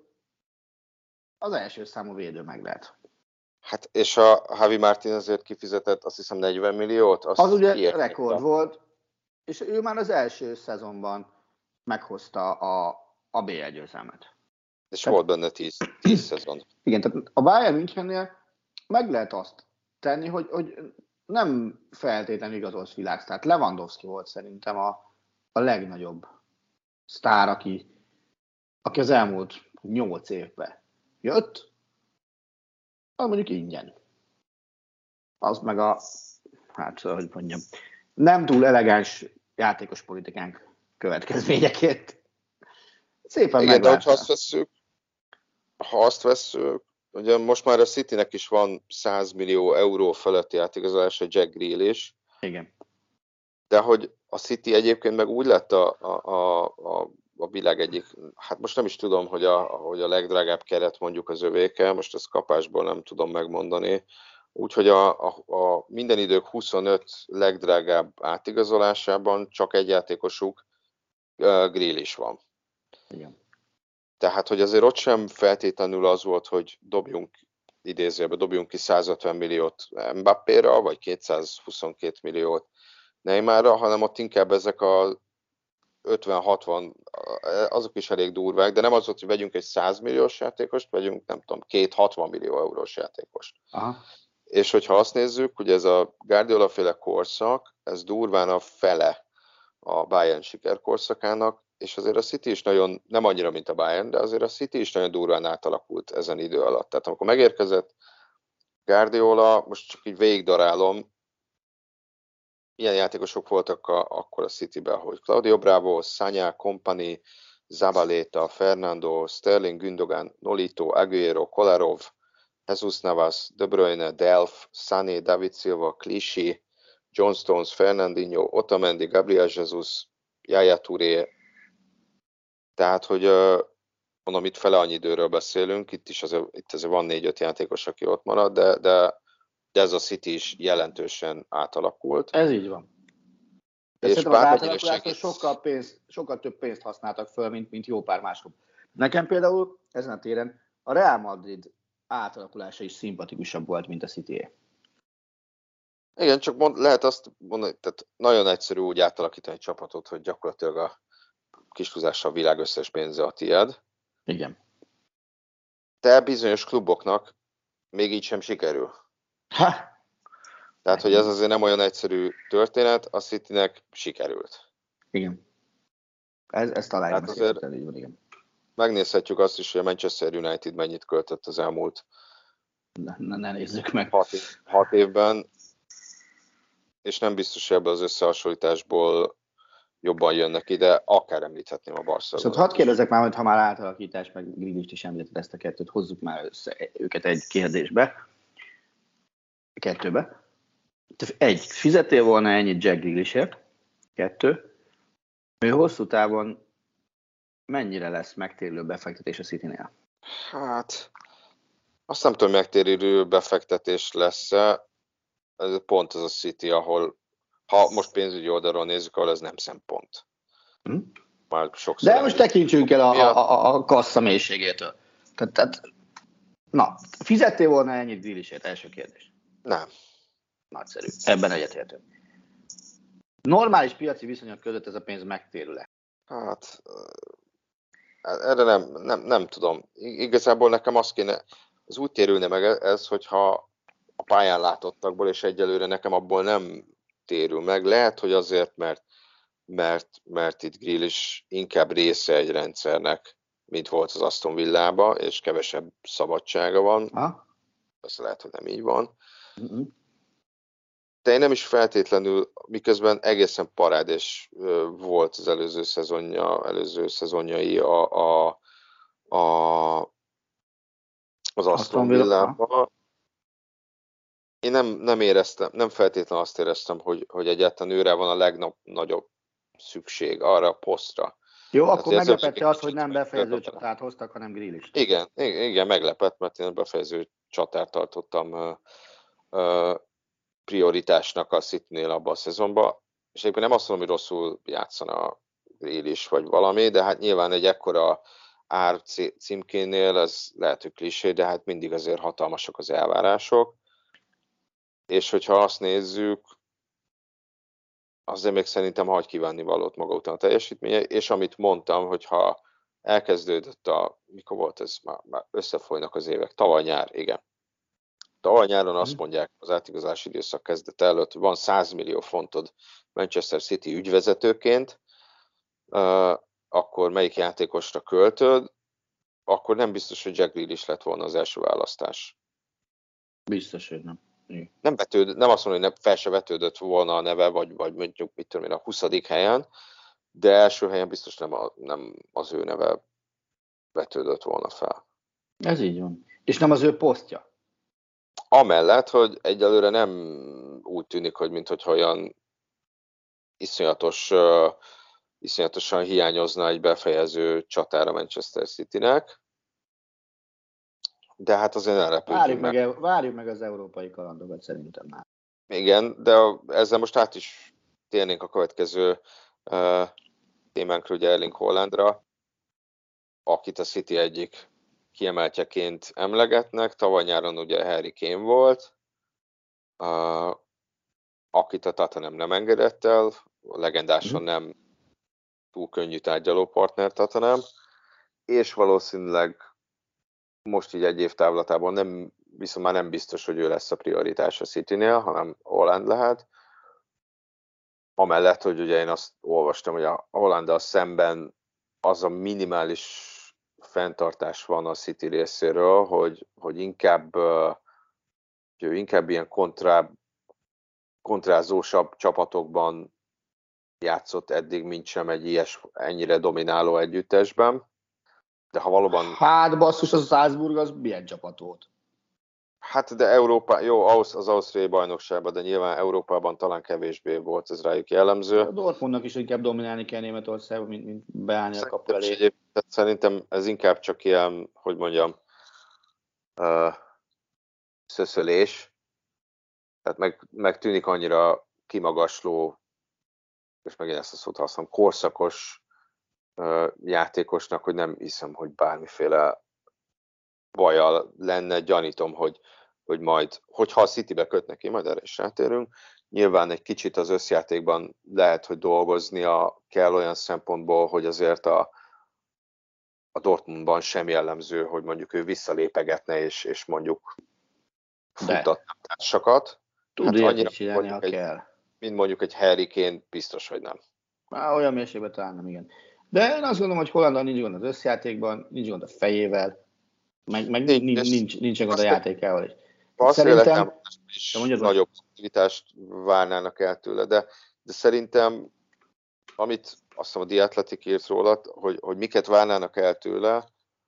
az első számú védő meg lehet. Hát és a Javi Martinezért kifizetett azt hiszem 40 milliót? Az ugye rekord volt, és ő már az első szezonban meghozta a BL győzelmet. És volt benne 10 szezon. Igen, tehát a Bayern Münchennél meg lehet azt tenni, hogy nem feltétlenül igazolsz világsztárt. Lewandowski volt szerintem a legnagyobb sztár, aki az elmúlt 8 évben jött, az mondjuk ingyen. Az meg hogy mondjam, nem túl elegáns játékos politikánk következményeként. Szépen igen, meglátta. de ha azt vesszük, ugye most már a Citynek is van 100 millió euró fölötti átigazolása, Jack Grealish. Igen. De hogy a City egyébként meg úgy lett a világ egyik, hát most nem is tudom, hogy a legdrágább keret mondjuk az övéke, most ezt kapásból nem tudom megmondani, úgyhogy a minden idők 25 legdrágább átigazolásában csak egy játékosuk, Grealish van. Igen. Tehát, hogy azért ott sem feltétlenül az volt, hogy dobjunk ki 150 milliót Mbappéra, vagy 222 milliót Neymarra, hanem ott inkább ezek a 50-60, azok is elég durvák, de nem az volt, hogy vegyünk egy 100 milliós játékost, vegyünk, nem tudom, 260 millió eurós játékost. Aha. És hogyha azt nézzük, hogy ez a Guardiola-féle korszak, ez durván a fele a Bayern sikerkorszakának, és azért a City is nagyon, nem annyira, mint a Bayern, de azért a City is nagyon durván átalakult ezen idő alatt. Tehát amikor megérkezett Guardiola, most csak így végigdarálom, ilyen játékosok voltak akkor a Cityben, hogy Claudio Bravo, Sagna, Kompany, Zabaleta, Fernando, Sterling, Gündogan, Nolito, Aguero, Kolarov, Jesus Navas, De Bruyne, Delph, Sané, David Silva, Clichy, John Stones, Fernandinho, Otamendi, Gabriel Jesus, Yaya Touré. Tehát, hogy mondom, itt fele annyi időről beszélünk, itt azért van 4-5 játékos, aki ott marad, de ez a City is jelentősen átalakult. Ez így van. De és szerintem az átalakulásra sokkal több pénzt használtak föl, mint jó pár mások. Nekem például ezen a téren a Real Madrid átalakulása is szimpatikusabb volt, mint a City-é. Igen, csak lehet azt mondani, tehát nagyon egyszerű úgy átalakítani egy csapatot, hogy gyakorlatilag a kis a világ összes pénze a tiéd. Igen. De bizonyos kluboknak még így sem sikerül. Tehát, hogy ez azért nem olyan egyszerű történet, a Citynek sikerült. Igen. Ez talán hát azért így van, igen. Megnézhetjük azt is, hogy a Manchester United mennyit költött az elmúlt ne nézzük meg. 6 évben, és nem biztos, hogy ebből az összehasonlításból jobban jönnek ide, akár említhetném a Barcelonát. Szóval hadd kérdezek már, hogy ha már átalakítás, meg Grealish-t is említetted ezt a kettőt, hozzuk már össze őket egy kérdésbe. Kettőbe. Fizettél volna ennyit Jack Grealishért? 2. Ő hosszú távon mennyire lesz megtérülő befektetés a Citynél? Hát, azt nem tudom, megtérülő befektetés lesz-e. Ez pont az a City, ahol, ha most pénzügyi oldalról nézzük, ahol ez nem szempont. Már sokszor. De most tekintsünk el a kassa mélységétől. Tehát, na, fizettél volna ennyit Grealishért? Első kérdés. Nem. Nagyszerű. Ebben egyetértünk. Normális piaci viszonyok között ez a pénz megtérül-e? Hát, erre nem tudom. Igazából nekem az kéne, az úgy térülne meg ez, hogyha a pályán látottakból, és egyelőre nekem abból nem térül meg. Lehet, hogy azért, mert itt Grealish inkább része egy rendszernek, mint volt az Aston Villába, és kevesebb szabadsága van. Ez lehet, hogy nem így van. De én nem is feltétlenül, miközben egészen parádés volt az előző szezonjai az Aston Villában. Én nem éreztem, nem feltétlenül azt éreztem, hogy egyáltalán őre van a legnagyobb szükség arra a posztra. Jó, hát akkor meglepette az, hogy nem befejező csatárt hoztak, hanem Grealish-t. Igen, meglepett, mert én a befejező csatárt tartottam prioritásnak a Citynél abban a szezonban. És egyébként nem azt mondom, hogy rosszul játszana Grealish vagy valami, de hát nyilván egy ekkora ár címkénél ez lehet, hogy klisé, de hát mindig azért hatalmasak az elvárások. És hogyha azt nézzük, azért még szerintem hagy kívánni valót maga után a teljesítménye, és amit mondtam, hogyha elkezdődött mikor volt ez, már összefolynak az évek, tavaly nyár, igen. Tavaly nyáron azt mondják az átigazási időszak kezdete előtt, hogy van 100 millió fontod Manchester City ügyvezetőként, akkor melyik játékosra költöd, akkor nem biztos, hogy Jack Grealish lett volna az első választás. Biztos, hogy nem. Nem azt mondom, hogy fel se vetődött volna a neve, vagy mondjuk mit tudom én, a 20. helyen, de első helyen biztos nem az ő neve vetődött volna fel. Ez így van. És nem az ő posztja. Amellett, hogy egyelőre nem úgy tűnik, hogy minthogyha olyan iszonyatosan hiányozna egy befejező csatára Manchester Citynek. De hát azért ne lepődjünk meg. Várjuk meg az európai kalandokat szerintem már. Igen, de ezzel most át is térnénk a következő témánkra, ugye Erling Haalandra, akit a City egyik kiemeltjeként emlegetnek. Tavaly nyáron ugye Harry Kane volt, akit a Tottenham nem engedett el, a legendásan nem túl könnyű tárgyalópartner Tottenham, és valószínűleg most így egy év távlatában viszont már nem biztos, hogy ő lesz a prioritás a Citynél, hanem Haaland lehet. Amellett, hogy ugye én azt olvastam, hogy a Haalanddal szemben az a minimális fenntartás van a City részéről, hogy inkább ilyen kontrázósabb csapatokban játszott eddig, mint sem egy ennyire domináló együttesben. De ha valóban... Hát basszus, az Salzburg az milyen csapat volt? Hát de az ausztriai bajnokságban, de nyilván Európában talán kevésbé volt ez rájuk jellemző. A Dortmundnak is inkább dominálni kell Németországban, mint beállni a kapu elé. Szerintem ez inkább csak ilyen, hogy mondjam, szöszölés. Tehát meg tűnik annyira kimagasló, és megint ezt a szót használom, korszakos játékosnak, hogy nem hiszem, hogy bármiféle bajjal lenne. Gyanítom, hogy majd, hogyha a Citybe köt neki, majd erre is rátérünk, nyilván egy kicsit az összjátékban lehet, hogy dolgoznia kell olyan szempontból, hogy azért a Dortmundban sem jellemző, hogy mondjuk ő visszalépegetne, és mondjuk futtatna társakat. Tud ilyet csinálni, ha kell. Mint mondjuk egy Harry Kane, biztos, hogy nem. Olyan mérségben talán nem, igen. De én azt gondolom, hogy Haalanddal nincs gond az összjátékban, nincs gond a fejével, meg nincs gond a játékával is. Szerintem is nagyobb aktivitást várnának el tőle, de szerintem, amit azt hiszem a The Athletic írt róla, hogy miket várnának el tőle,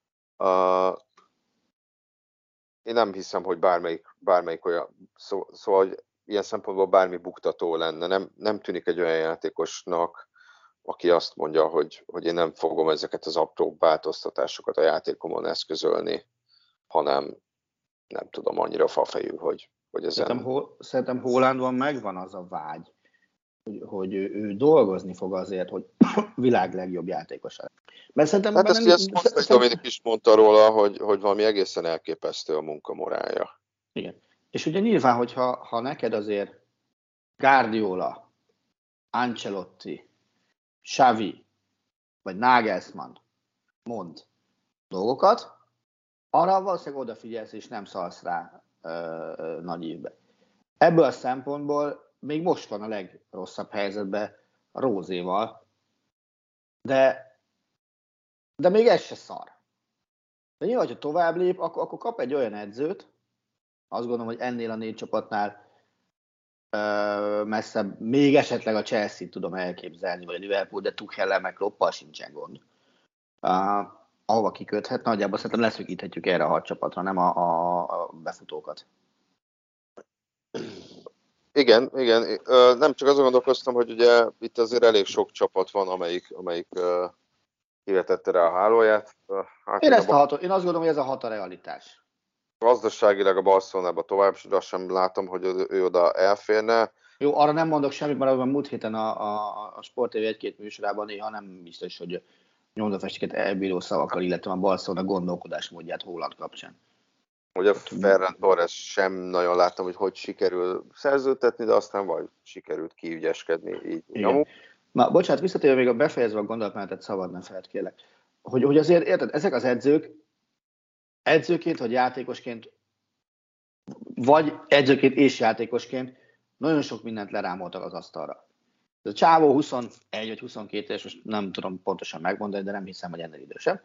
én nem hiszem, hogy bármelyik olyan, szóval hogy ilyen szempontból bármi buktató lenne. Nem tűnik egy olyan játékosnak, aki azt mondja, hogy én nem fogom ezeket az apró változtatásokat a játékomon eszközölni, hanem nem tudom, annyira fafejű, hogy ezen... Szerintem Haalandban megvan az a vágy, hogy ő dolgozni fog azért, hogy világ legjobb játékosa. Mert szerintem... Hát ezt Dominik is mondta róla, hogy valami egészen elképesztő a munkamorálja. Igen. És ugye nyilván, hogyha neked azért Guardiola, Ancelotti, Xavi vagy Nagelsmann mond dolgokat, arra valószínűleg odafigyelsz és nem szalsz rá nagy évben. Ebből a szempontból még most van a legrosszabb helyzetben a Rózéval, de még ez se szar. De nyilván, ha tovább lép, akkor kap egy olyan edzőt, azt gondolom, hogy ennél a 4 csapatnál messzebb, még esetleg a Chelsea-t tudom elképzelni, vagy a Liverpool, de Tuchellel meg Kloppal sincsen gond. Ahova kiköthet, nagyjából szerintem leszűkíthetjük erre a 6 csapatra, nem a befutókat. Igen. Nem csak azon gondolkoztam, hogy ugye itt azért elég sok csapat van, amelyik kivetette rá a hálóját. Hát én azt gondolom, hogy ez a 6 a realitás. Gazdaságilag a Barcelonában tovább, és azt sem látom, hogy ő oda elférne. Jó, arra nem mondok semmit, mert a múlt héten a Sport TV 1-2 műsorában néha nem biztos, hogy nyomdafestiket elbíró szavakkal, illetve a Barcelona gondolkodásmódját Haaland kapcsán. Ugye Ferran Torres sem nagyon láttam, hogy sikerül szerződtetni, de aztán vagy sikerült kiügyeskedni így nyomuk. Na, bocsánat, visszatérve még befejezve a gondolatmenetet, szabad ne feled, kérlek. Hogy azért, érted, ezek az edzőként vagy játékosként, vagy edzőként és játékosként nagyon sok mindent lerámoltak az asztalra. Ez a csávó 21 vagy 22 éves, most nem tudom pontosan megmondani, de nem hiszem, hogy ennél idősebb.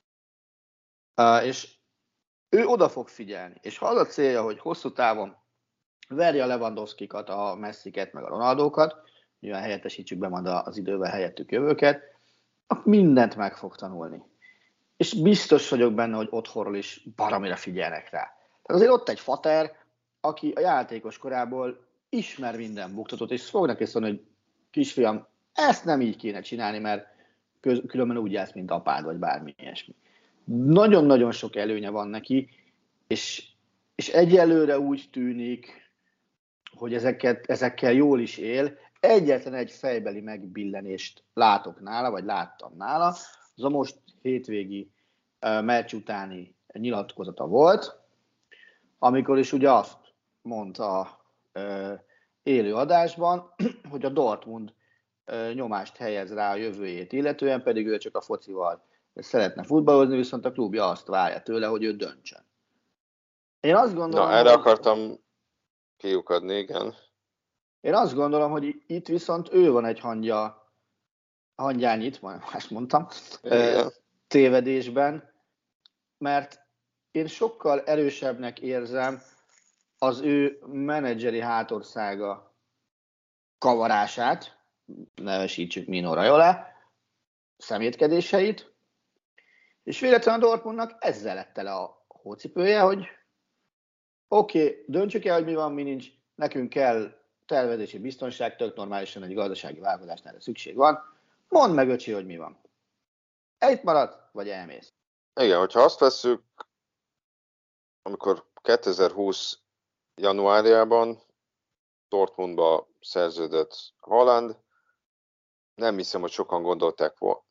És ő oda fog figyelni, és ha az a célja, hogy hosszú távon verje a Lewandowskikat, a Messiket, meg a Ronaldókat, nyilván helyettesítsük be majd az idővel helyettük jövőket, akkor mindent meg fog tanulni. És biztos vagyok benne, hogy otthonról is baromira figyelnek rá. Tehát azért ott egy fater, aki a játékos korából ismer minden buktatót, és fog neki szólni, hogy kisfiam, ezt nem így kéne csinálni, mert különben úgy jársz, mint apád, vagy bármi ilyesmi. Nagyon-nagyon sok előnye van neki, és egyelőre úgy tűnik, hogy ezekkel jól is él. Egyetlen egy fejbeli megbillenést látok nála, vagy láttam nála. Az a most hétvégi meccs utáni nyilatkozata volt, amikor is ugye azt mondta élő adásban, hogy a Dortmund nyomást helyez rá a jövőjét illetően, pedig ő csak a focival szeretne futballozni, viszont a klubja azt várja tőle, hogy ő döntsön. Én azt gondolom, erre akartam kiukadni, igen. Én azt gondolom, hogy itt viszont ő van egy hangyányit, mást mondtam, tévedésben, mert én sokkal erősebbnek érzem az ő menedzseri hátországa kavarását, nevesítsük Mino Raiola, szemétkedéseit, és véletlenül a Dortmundnak ezzel lett tele a hócipője, hogy oké, döntsük el, hogy mi van, mi nincs, nekünk kell tervezési biztonság, tök normálisan egy gazdasági vállalkozásnál erre szükség van. Mondd meg, öcsi, hogy mi van. Itt marad, vagy elmész? Igen, hogyha azt vesszük, amikor 2020 januárjában Dortmundba szerződött Haaland, nem hiszem, hogy sokan gondolták volna.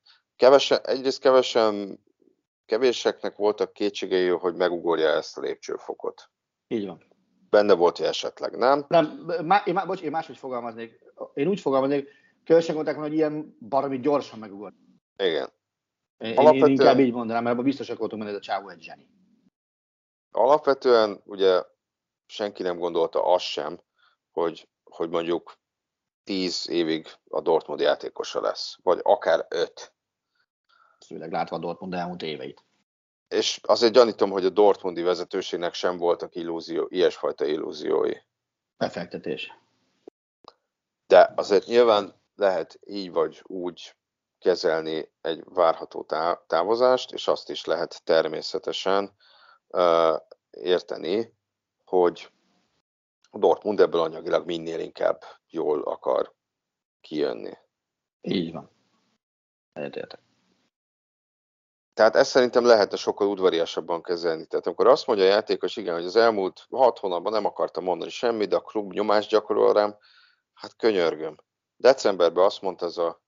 Kevéseknek voltak kétségei, hogy megugorja ezt a lépcsőfokot. Így van. Benne volt, hogy esetleg nem. Én máshogy fogalmaznék. Én úgy fogalmaznék, kevesen gondolták, hogy ilyen baromi gyorsan megugor. Igen. Én inkább így mondanám, mert biztosak voltunk, hogy ez a csávó egy zseni. Alapvetően ugye senki nem gondolta azt sem, hogy mondjuk 10 évig a Dortmund játékosa lesz, vagy akár 5. Főleg látva a Dortmund elmúlt éveit. És azért gyanítom, hogy a dortmundi vezetőségnek sem voltak ilyesfajta illúziói. Befektetés. De azért nyilván lehet így vagy úgy kezelni egy várható távozást, és azt is lehet természetesen érteni, hogy a Dortmund ebből anyagilag minél inkább jól akar kijönni. Így van. Egyetértek. Tehát ezt szerintem lehetne sokkal udvariasabban kezelni. Tehát amikor azt mondja a játékos, igen, hogy az elmúlt 6 hónapban nem akartam mondani semmit, de a klub nyomást gyakorol rám, hát könyörgöm. Decemberben azt mondta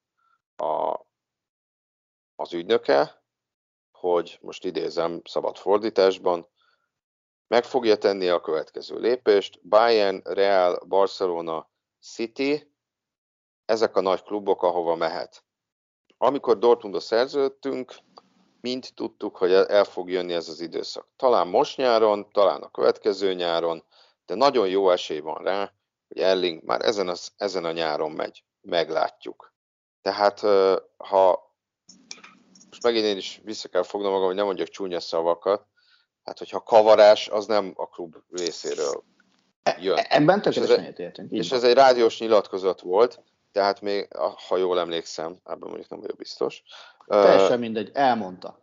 az ügynöke, hogy most idézem szabad fordításban, meg fogja tenni a következő lépést, Bayern, Real, Barcelona, City, ezek a nagy klubok, ahova mehet. Amikor Dortmundra szerződtünk, mind tudtuk, hogy el fog jönni ez az időszak. Talán most nyáron, talán a következő nyáron, de nagyon jó esély van rá, hogy Erling már ezen a nyáron megy. Meglátjuk. Tehát ha most megint én is vissza kell fognom magam, hogy nem mondjak csúnya szavakat, hát hogyha kavarás, az nem a klub részéről jön. Ebben tökéletesen egyetértünk. És ez egy rádiós nyilatkozat volt, tehát még, ha jól emlékszem, ebben mondjuk nem vagyok biztos. Teljesen mindegy, elmondta.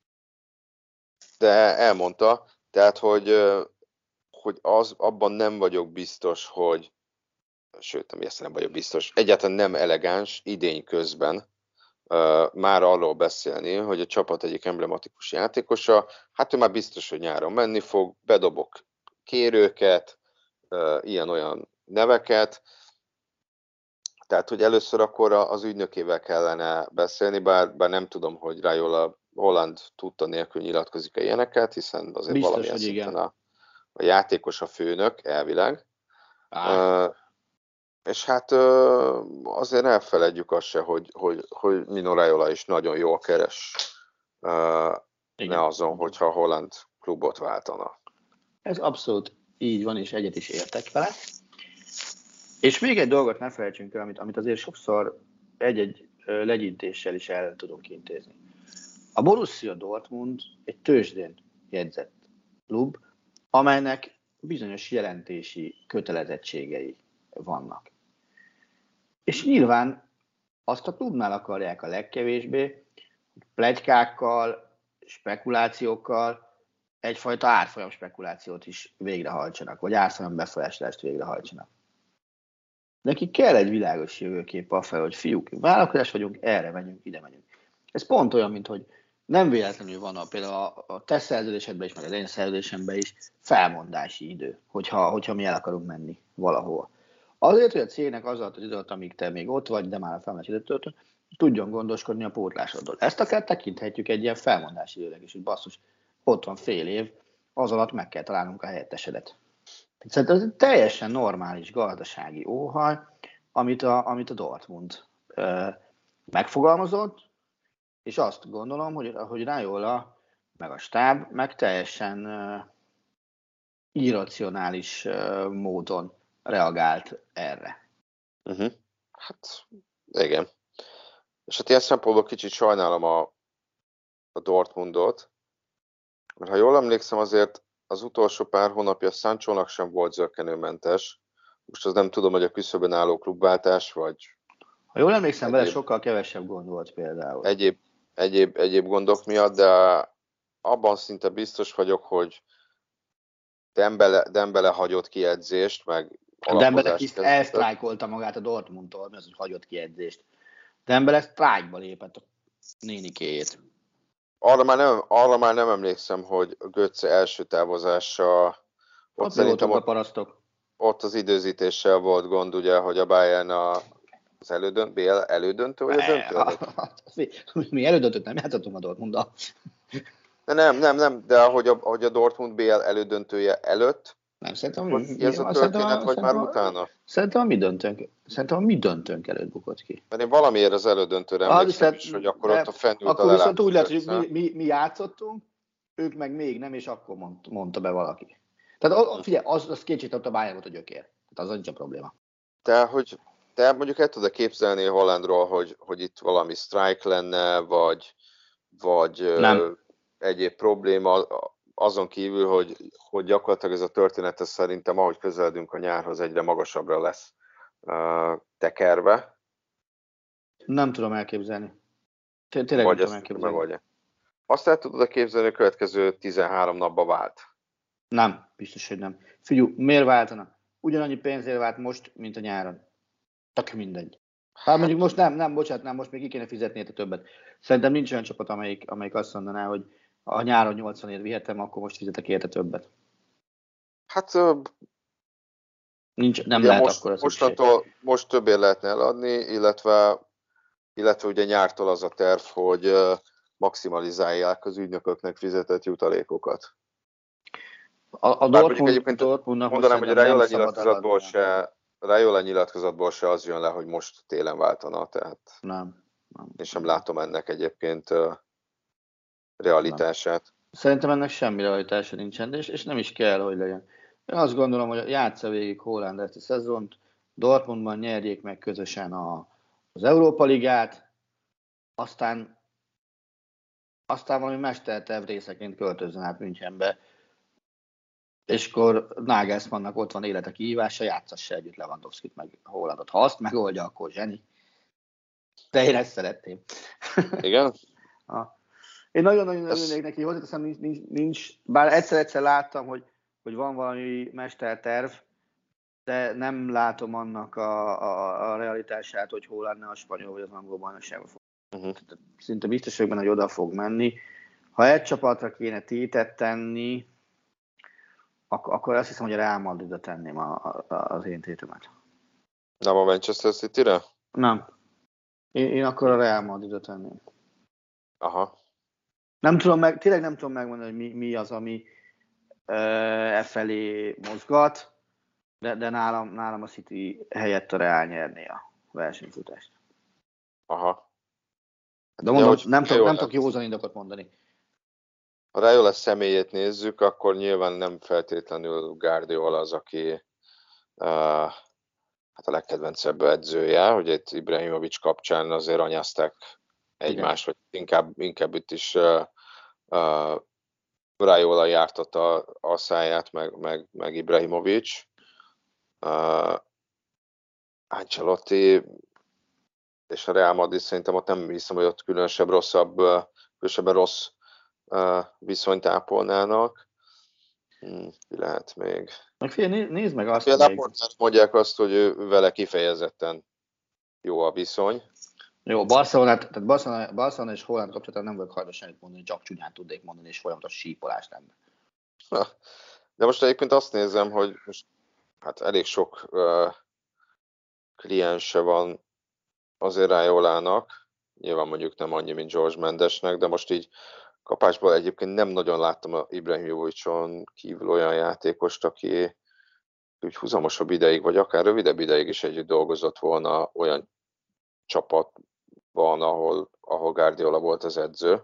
De elmondta, tehát, hogy abban nem vagyok biztos, hogy, sőt, nem vagyok biztos, egyáltalán nem elegáns idény közben már arról beszélni, hogy a csapat egyik emblematikus játékosa, hát ő már biztos, hogy nyáron menni fog, bedobok kérőket, ilyen-olyan neveket, tehát, hogy először akkor az ügynökével kellene beszélni, bár nem tudom, hogy Raiola Holland tudta nélkül nyilatkozik-e ilyeneket, hiszen azért biztos, valamilyen szinten a játékos a főnök, elvileg. És hát azért elfeledjük azt se, hogy Mino Raiola is nagyon jól keres, ne azon, hogyha Holland klubot váltana. Ez abszolút így van, és egyet is értek vele. És még egy dolgot ne felejtsünk el, amit azért sokszor egy-egy legyintéssel is el tudunk intézni. A Borussia Dortmund egy tőzsdén jegyzett klub, amelynek bizonyos jelentési kötelezettségei vannak. És nyilván azt a klubnál akarják a legkevésbé, pletykákkal, spekulációkkal egyfajta árfolyam spekulációt is végrehajtsanak, vagy árfolyam befolyásolást végrehajtsanak. Neki kell egy világos jövőkép afelé, hogy fiúk, vállalkozás vagyunk, erre megyünk, ide megyünk. Ez pont olyan, mint hogy nem véletlenül van például a te szerződésedben is, meg az én szerződésemben is felmondási idő, hogyha mi el akarunk menni valahol. Azért, hogy a cégnek az alatt az idő alatt, amíg te még ott vagy, de már a felmondási időt töltön, tudjon gondoskodni a pótlásodról. Ezt akár tekinthetjük egy ilyen felmondási időnek is, hogy basszus, ott van fél év, az alatt meg kell találnunk a helyettesedet. Szerintem ez egy teljesen normális gazdasági óhaj, amit a Dortmund megfogalmazott, és azt gondolom, hogy Raiola, meg a stáb, meg teljesen irracionális módon reagált erre. Hát, igen. És hát ilyen szempontból kicsit sajnálom a Dortmundot, mert ha jól emlékszem, azért az utolsó pár hónapja Sanchónak sem volt zökkenőmentes. Most az nem tudom, hogy a küszöbön álló klubváltás, vagy... Ha jól emlékszem, vele sokkal kevesebb gond volt például. Egyéb gondok miatt, de abban szinte biztos vagyok, hogy Dembele hagyott ki edzést, meg Dembele elsztrájkolta magát a Dortmundtól, mert az, hogy hagyott ki edzést. Dembele sztrájkba lépett a nénikéjét. Arra már nem emlékszem, hogy Götze első távozása... Ott szerintem a parasztok. Ott az időzítéssel volt gond, ugye, hogy a Bayern az elődöntő, vagy a döntő? Mi elődöntőt nem játszottunk a Dortmunddal. Nem, de ahogy a Dortmund BL elődöntője előtt, nem, szerintem ez a történet, vagy már utána? Szerintem a mi döntőnk előtt bukott ki. Mert én valamiért az elődöntőre emlékszem is, hogy akkor ott a fennült a akkor viszont úgy lehet, hogy mi játszottunk, ők meg még nem, és akkor mondta be valaki. Tehát figyelj, az kétségtelen a Bayern volt a gyökér. Tehát az nincs a probléma. Te mondjuk el tudod képzelni Hollandról, hogy itt valami strike lenne, vagy egyéb probléma, azon kívül, hogy gyakorlatilag ez a történet szerintem, ahogy közeledünk a nyárhoz, egyre magasabbra lesz tekerve. Nem tudom elképzelni. Tényleg nem tudom elképzelni. Megoldja. Azt el tudod képzelni, hogy a következő 13 napba vált? Nem, biztos, hogy nem. Figyelj, miért váltana? Ugyanannyi pénzért vált most, mint a nyáron. Tök mindegy. Hát mondjuk most most még ki kéne fizetni érte többet. Szerintem nincs olyan csapat, amelyik azt mondaná, hogy a nyáron 80-ért vihetem, akkor most fizetek érte többet. Hát nem lehet akkor az mostantól most többért lehetne eladni, illetve ugye nyártól az a terv, hogy maximalizálják az ügynököknek fizetett jutalékokat. A Dortmundnak mondanám, hogy a Raiola nyilatkozatból se az jön le, hogy most télen váltana, tehát nem. Én sem látom ennek egyébként realitását. Szerintem ennek semmi realitása nincsen, és nem is kell, hogy legyen. Én azt gondolom, hogy játsza végig Haaland ezt a szezont, Dortmundban nyerjék meg közösen az Európa Ligát, aztán valami mesterterv részeként költözzön át Münchenbe, és akkor Nagelsmannnak ott van élete kihívása, játszassa együtt Lewandowskit meg Haalandot. Ha azt megoldja, akkor zseni. De én ezt szeretném. Igen? Én nagyon-nagyon örülnék neki, hozzáteszem, nincs, bár egyszer láttam, hogy van valami mesterterv, de nem látom annak a realitását, hogy hol lenne a spanyol vagy az angol bajnokságban fog. Szinte biztos vagyok benne, hogy oda fog menni. Ha egy csapatra kéne tétet tenni, akkor azt hiszem, hogy a Real Madridra tenném az én tétemet. Nem a Manchester City-re? Nem. Én akkor a Real Madridra tenném. Aha. Tényleg nem tudom megmondani, hogy mi az, ami felé mozgat, de nálam a City helyett a Real nyerné a versenyfutást. Aha. De mondom, nem tudok józan indokot mondani. Ha Raiola személyét nézzük, akkor nyilván nem feltétlenül Guardiola az, aki hát a legkedvencebb edzője, hogy itt Ibrahimovic kapcsán azért anyázták egymást, vagy inkább itt is Raiola jártatta a száját, meg Ibrahimovic. Ancelotti és a Real Madrid szerintem ott nem hiszem, hogy ott különösebben rossz viszonyt ápolnának. Ki lehet még? Nézd meg azt, hogy mondják azt, hogy vele kifejezetten jó a viszony. Jó, Barcelona és Haaland kapcsolatban nem vagyok hajlandó semmit mondani, csak csúnyán tudnék mondani, és folyamatos sípolás lenne. De most egyébként azt nézem, hogy most hát elég sok kliense van azért Raiolának, nyilván mondjuk nem annyi, mint George Mendesnek, de most így kapásból egyébként nem nagyon láttam a Ibrahimovicson kívül olyan játékost, aki úgy húzamosabb ideig, vagy akár rövidebb ideig is együtt dolgozott volna olyan csapatban, ahol Guardiola volt az edző.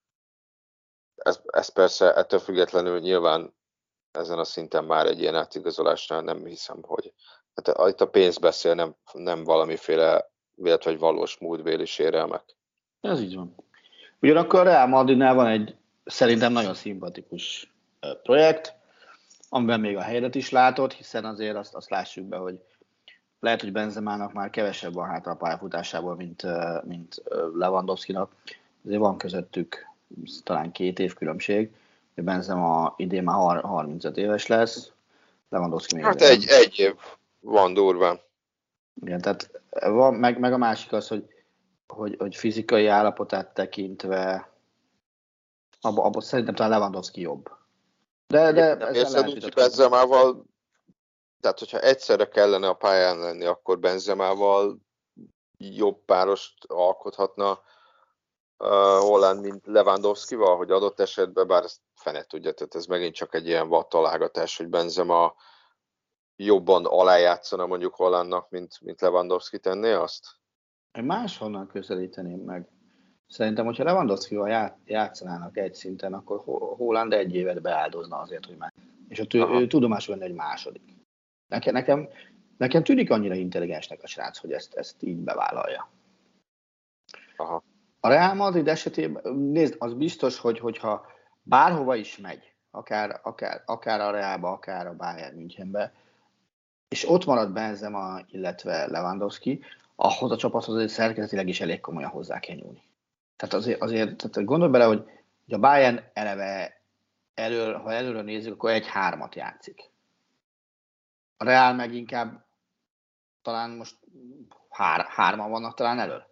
Ez persze ettől függetlenül nyilván ezen a szinten már egy ilyen átigazolásnál nem hiszem, hogy hát itt a pénz beszél, nem valamiféle vélt vagy valós múltbéli sérelmek. Ez így van. Ugyanakkor a Real Madridnál van egy szerintem nagyon szimpatikus projekt, amiben még a helyedet is látod, hiszen azért azt lássuk be, hogy lehet, hogy Benzemának már kevesebb van hátra a pályafutásából, mint Lewandowskinak. Azért van közöttük talán 2 év különbség. Benzema idén már 35 éves lesz, Lewandowski még... Hát egy év van durván. Igen, tehát van, meg a másik az, hogy fizikai állapotát tekintve abban szerintem talán Lewandowski jobb. De ezzel úgy, hogy Benzemával, tehát hogyha egyszerre kellene a pályán lenni, akkor Benzemával jobb párost alkothatna Haaland, mint Lewandowskival, hogy adott esetben, bár ezt fene tudja, tehát ez megint csak egy ilyen találgatás, hogy Benzema jobban alájátszana mondjuk Haalandnak, mint Lewandowski tenné azt? Én máshonnan közelíteném meg. Szerintem, hogyha Lewandowskival játszanának egy szinten, akkor Haaland 1 évet beáldozna azért, hogy már... És ott ő tudomásul venni egy második. Nekem tűnik annyira intelligensnek a srác, hogy ezt így bevállalja. Aha. A Real Madrid esetében, nézd, az biztos, hogyha bárhova is megy, akár a Realba, akár a Bayern Münchenbe, és ott marad Benzema, illetve Lewandowski, ahhoz a csapathoz azért szerkezetileg is elég komolyan hozzá kell nyúlni. Tehát azért gondolj bele, hogy a Bayern eleve ha előről nézzük, akkor 1-3-at játszik. A Real meg inkább talán most 3-an vannak talán elől.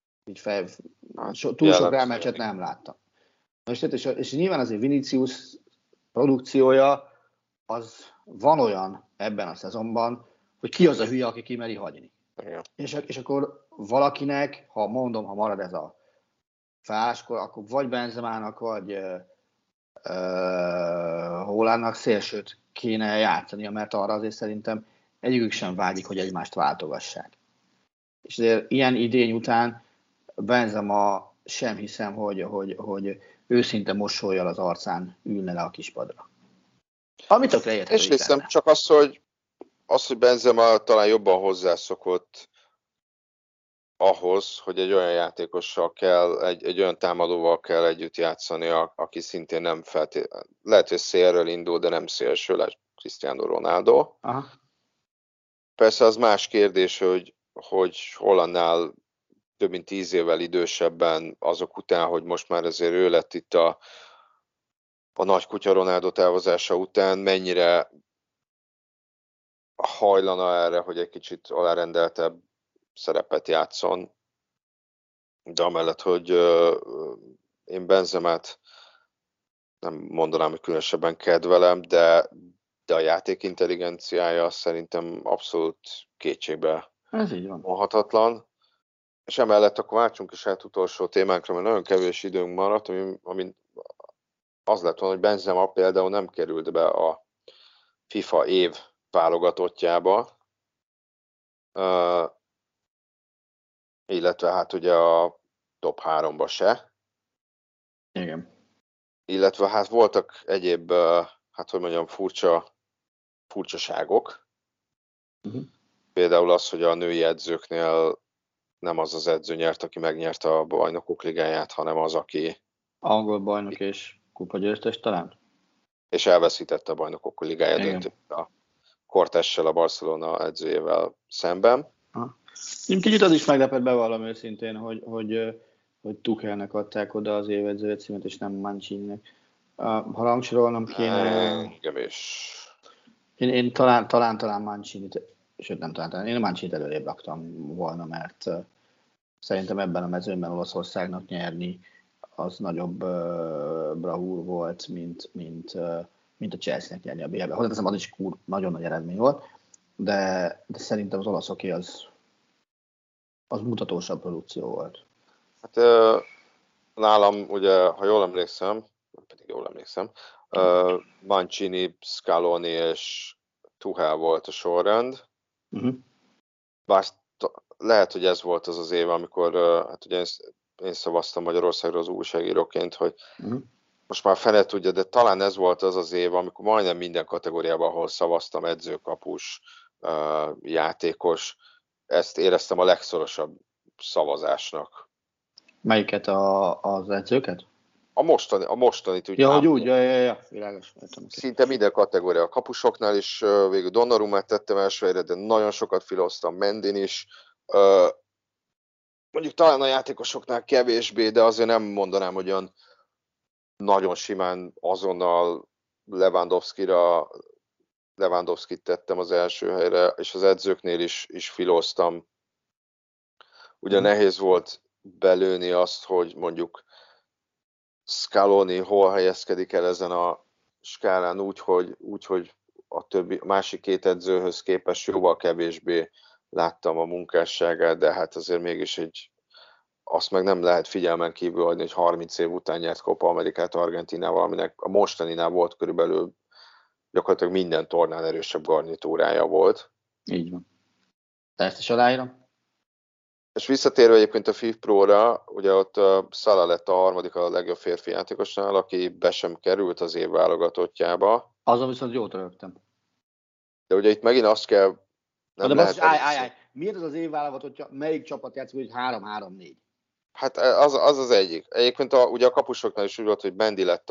Túl sok Real meccset nem láttam. És nyilván azért Vinicius produkciója az van olyan ebben a szezonban, hogy ki az a hülye, aki kimeri hagyni. Igen. És akkor valakinek, ha marad ez a felállás, akkor vagy Benzemának, vagy Haalandnak szélsőt kéne játszania, mert arra azért szerintem egyikük sem vágyik, hogy egymást váltogassák. És azért ilyen idény után Benzema sem hiszem, hogy őszinte mosollyal az arcán ülne le a kispadra. Ami tökre érthető És is hiszem, lenne. csak hogy Benzema talán jobban hozzászokott ahhoz, hogy egy olyan játékossal kell, egy olyan támadóval kell együtt játszani, aki szintén nem lehet, hogy szélről indul, de nem szélső, lesz Cristiano Ronaldo. Aha. Persze az más kérdés, hogy Hollandnál több mint 10 évvel idősebben, azok után, hogy most már azért ő lett itt a nagy kutya Ronaldo távozása után, mennyire hajlana erre, hogy egy kicsit alárendeltebb szerepet játszon. De amellett, hogy én Benzemát nem mondanám, hogy különösebben kedvelem, de a játék intelligenciája szerintem abszolút kétségbe Ez így van. vonhatatlan. És emellett akkor váltsunk is át utolsó témánkra, mert nagyon kevés időnk maradt, ami az lett volna, hogy Benzema például nem került be a FIFA év válogatottjába, illetve hát ugye a top 3-ba se. Igen. Illetve hát voltak egyéb, hát hogy mondjam, furcsaságok. Uh-huh. Például az, hogy a női edzőknél nem az edző nyert, aki megnyerte a Bajnokok Ligáját, hanem az, aki... Angol bajnok és kupagyőztes talán? És elveszítette a Bajnokok Ligája döntőt a Cortessel, a Barcelona edzőjével szemben. Én kicsit az is meglepett be valami őszintén, hogy Tuchelnek adták oda az évedző címet, és nem Mancininek. Ha rangsorolnom kéne... Engem is. Én talán Mancinit, sőt nem talán, én a Mancinit előrébb raktam volna, mert szerintem ebben a mezőnben Olaszországnak nyerni az nagyobb bravúr volt, mint a Chelsea-nek nyerni a BL-ben. Hozzáteszem, az is nagyon nagy eredmény volt, de szerintem az olaszoké az mutatósabb produkció volt. Hát nálam, ugye, ha jól emlékszem, pedig jól emlékszem, Mancini, Scaloni és Tuchel volt a sorrend. Uh-huh. Bár lehet, hogy ez volt az év, amikor hát ugye én szavaztam Magyarországról az újságíróként, hogy most már fene tudja, de talán ez volt az év, amikor majdnem minden kategóriában, ahol szavaztam, edzőkapus, játékos, ezt éreztem a legszorosabb szavazásnak. Melyiket az edzőket? A mostanit úgy. Ja, hogy úgy, ja, világos. Szinte minden kategória. A kapusoknál is végül Donnarumát tettem első helyre, de nagyon sokat filoztam Mendin is. Mondjuk talán a játékosoknál kevésbé, de azért nem mondanám, hogy olyan nagyon simán azonnal Lewandowskit tettem az első helyre, és az edzőknél is filoztam. Ugye nehéz volt belőni azt, hogy mondjuk Scaloni hol helyezkedik el ezen a skálán úgy, hogy a másik két edzőhöz képest jóval kevésbé láttam a munkásságát, de hát azért mégis azt meg nem lehet figyelmen kívül hagyni, hogy 30 év után nyert Copa Amerikát Argentinával, aminek a mostaninál volt körülbelül gyakorlatilag minden tornán erősebb garnitúrája volt. Így van. De ezt is aláírom. És visszatérve egyébként a FIFA Pro-ra, ugye ott Salah lett a harmadik a legjobb férfi játékosnál, aki be sem került az év válogatottjába. Azon viszont jót rögtem. De ugye itt megint azt kell... Nem de állj. Miért az év válogatottja? Melyik csapat játszik, hogy 3-3-4? Hát az egyik. Egyébként ugye a kapusoknál is úgy volt, hogy Mendy lett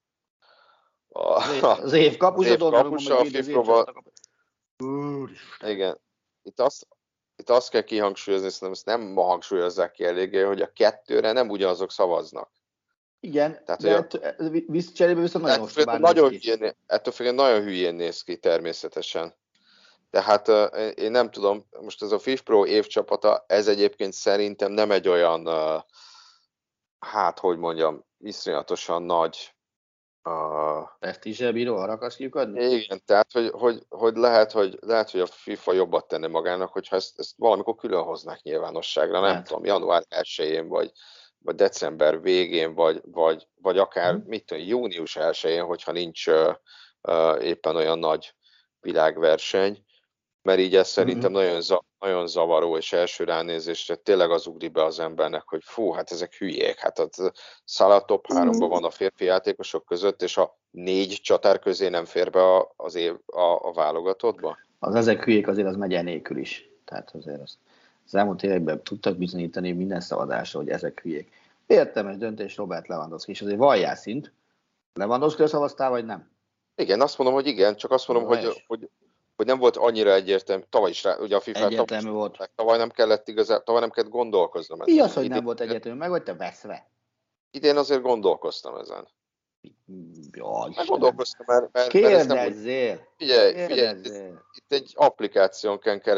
az év kapusa, a FIFA Pro-val. Igen. Itt azt kell kihangsúlyozni, szerintem ezt nem ma hangsúlyozzák ki eléggé, hogy a kettőre nem ugyanazok szavaznak. Igen, tehát, de cserébe viszont nagyon ostobán néz ki. Ettől függően nagyon hülyén néz ki természetesen. Tehát én nem tudom, most ez a FIFA Pro évcsapata, ez egyébként szerintem nem egy olyan, hát hogy mondjam, iszonyatosan nagy... Presztízsel bíró, arra akarsz kiukadni? Igen, tehát hogy lehet, hogy a FIFA jobbat tenne magának, hogyha ezt valamikor külön hoznák nyilvánosságra, nem tudom, január 1-én, vagy december végén, vagy akár június 1-én, hogyha nincs éppen olyan nagy világverseny. mert így ez szerintem nagyon zavaró, és első ránézésre tényleg az ugrik be az embernek, hogy fú, hát ezek hülyék, hát a Salah top 3-ban van a férfi játékosok között, és a 4 csatár közé nem fér be a válogatottba? Az ezek hülyék azért az megye nélkül is. Tehát azért az elmúlt években tudtak bizonyítani minden szavazásra, hogy ezek hülyék. Értelmes döntés Robert Lewandowski, és azért vallják szint. Lewandowski-ra szavaztál, vagy nem? Igen, azt mondom, hogy igen, csak azt mondom, hogy nem volt annyira egyértelmű. Tavaly is ugye a FIFA egyértelmű volt. Tavaly nem kellett gondolkoznom ezen. Mi az, hogy nem volt egyértelmű? Meg vagy te veszve? Idén azért gondolkoztam ezen. Jaj, gondolkoztam, mert kérdezzél! Figyelj, itt egy applikáción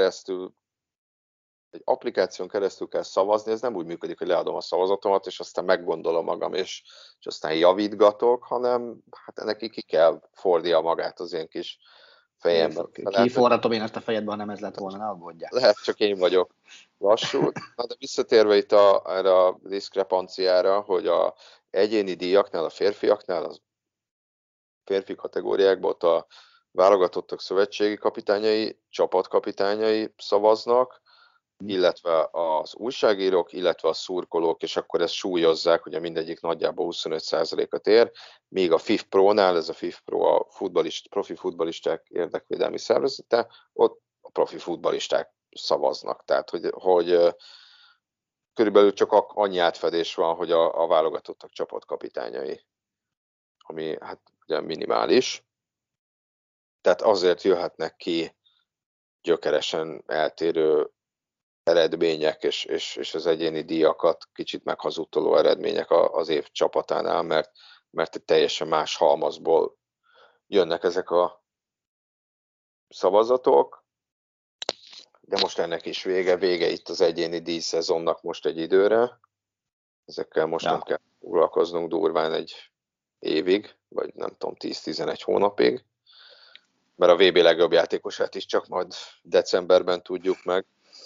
keresztül kell szavazni, ez nem úgy működik, hogy leadom a szavazatomat, és aztán meggondolom magam, és aztán javítgatok, hanem hát neki ki kell fordnia magát az én kis fejemben. Kiforratom én ezt a fejedben, ha nem ez lett volna, ne aggódjál. Lehet, csak én vagyok lassú. Na, de visszatérve itt erre a diszkrepanciára, hogy a egyéni díjaknál, a férfiaknál, a férfi kategóriákban ott a válogatottak szövetségi kapitányai, csapatkapitányai szavaznak, illetve az újságírók, illetve a szurkolók, és akkor ezt súlyozzák, ugye mindegyik nagyjából 25%-at ér, míg a FIF Pro-nál, ez a FIF Pro a profi futballisták érdekvédelmi szervezete, ott a profi futballisták szavaznak. Tehát, hogy körülbelül csak annyi átfedés van, hogy a válogatottak csapatkapitányai, ami hát ugye minimális. Tehát azért jöhetnek ki gyökeresen eltérő eredmények és az egyéni díjakat kicsit meghazudtoló eredmények az év csapatánál, mert egy teljesen más halmazból jönnek ezek a szavazatok, de most ennek is vége itt az egyéni díjszezonnak most egy időre. Ezekkel most nem kell foglalkoznunk durván egy évig, vagy nem tudom, 10-11 hónapig, mert a VB legjobb játékosát is csak majd decemberben tudjuk meg.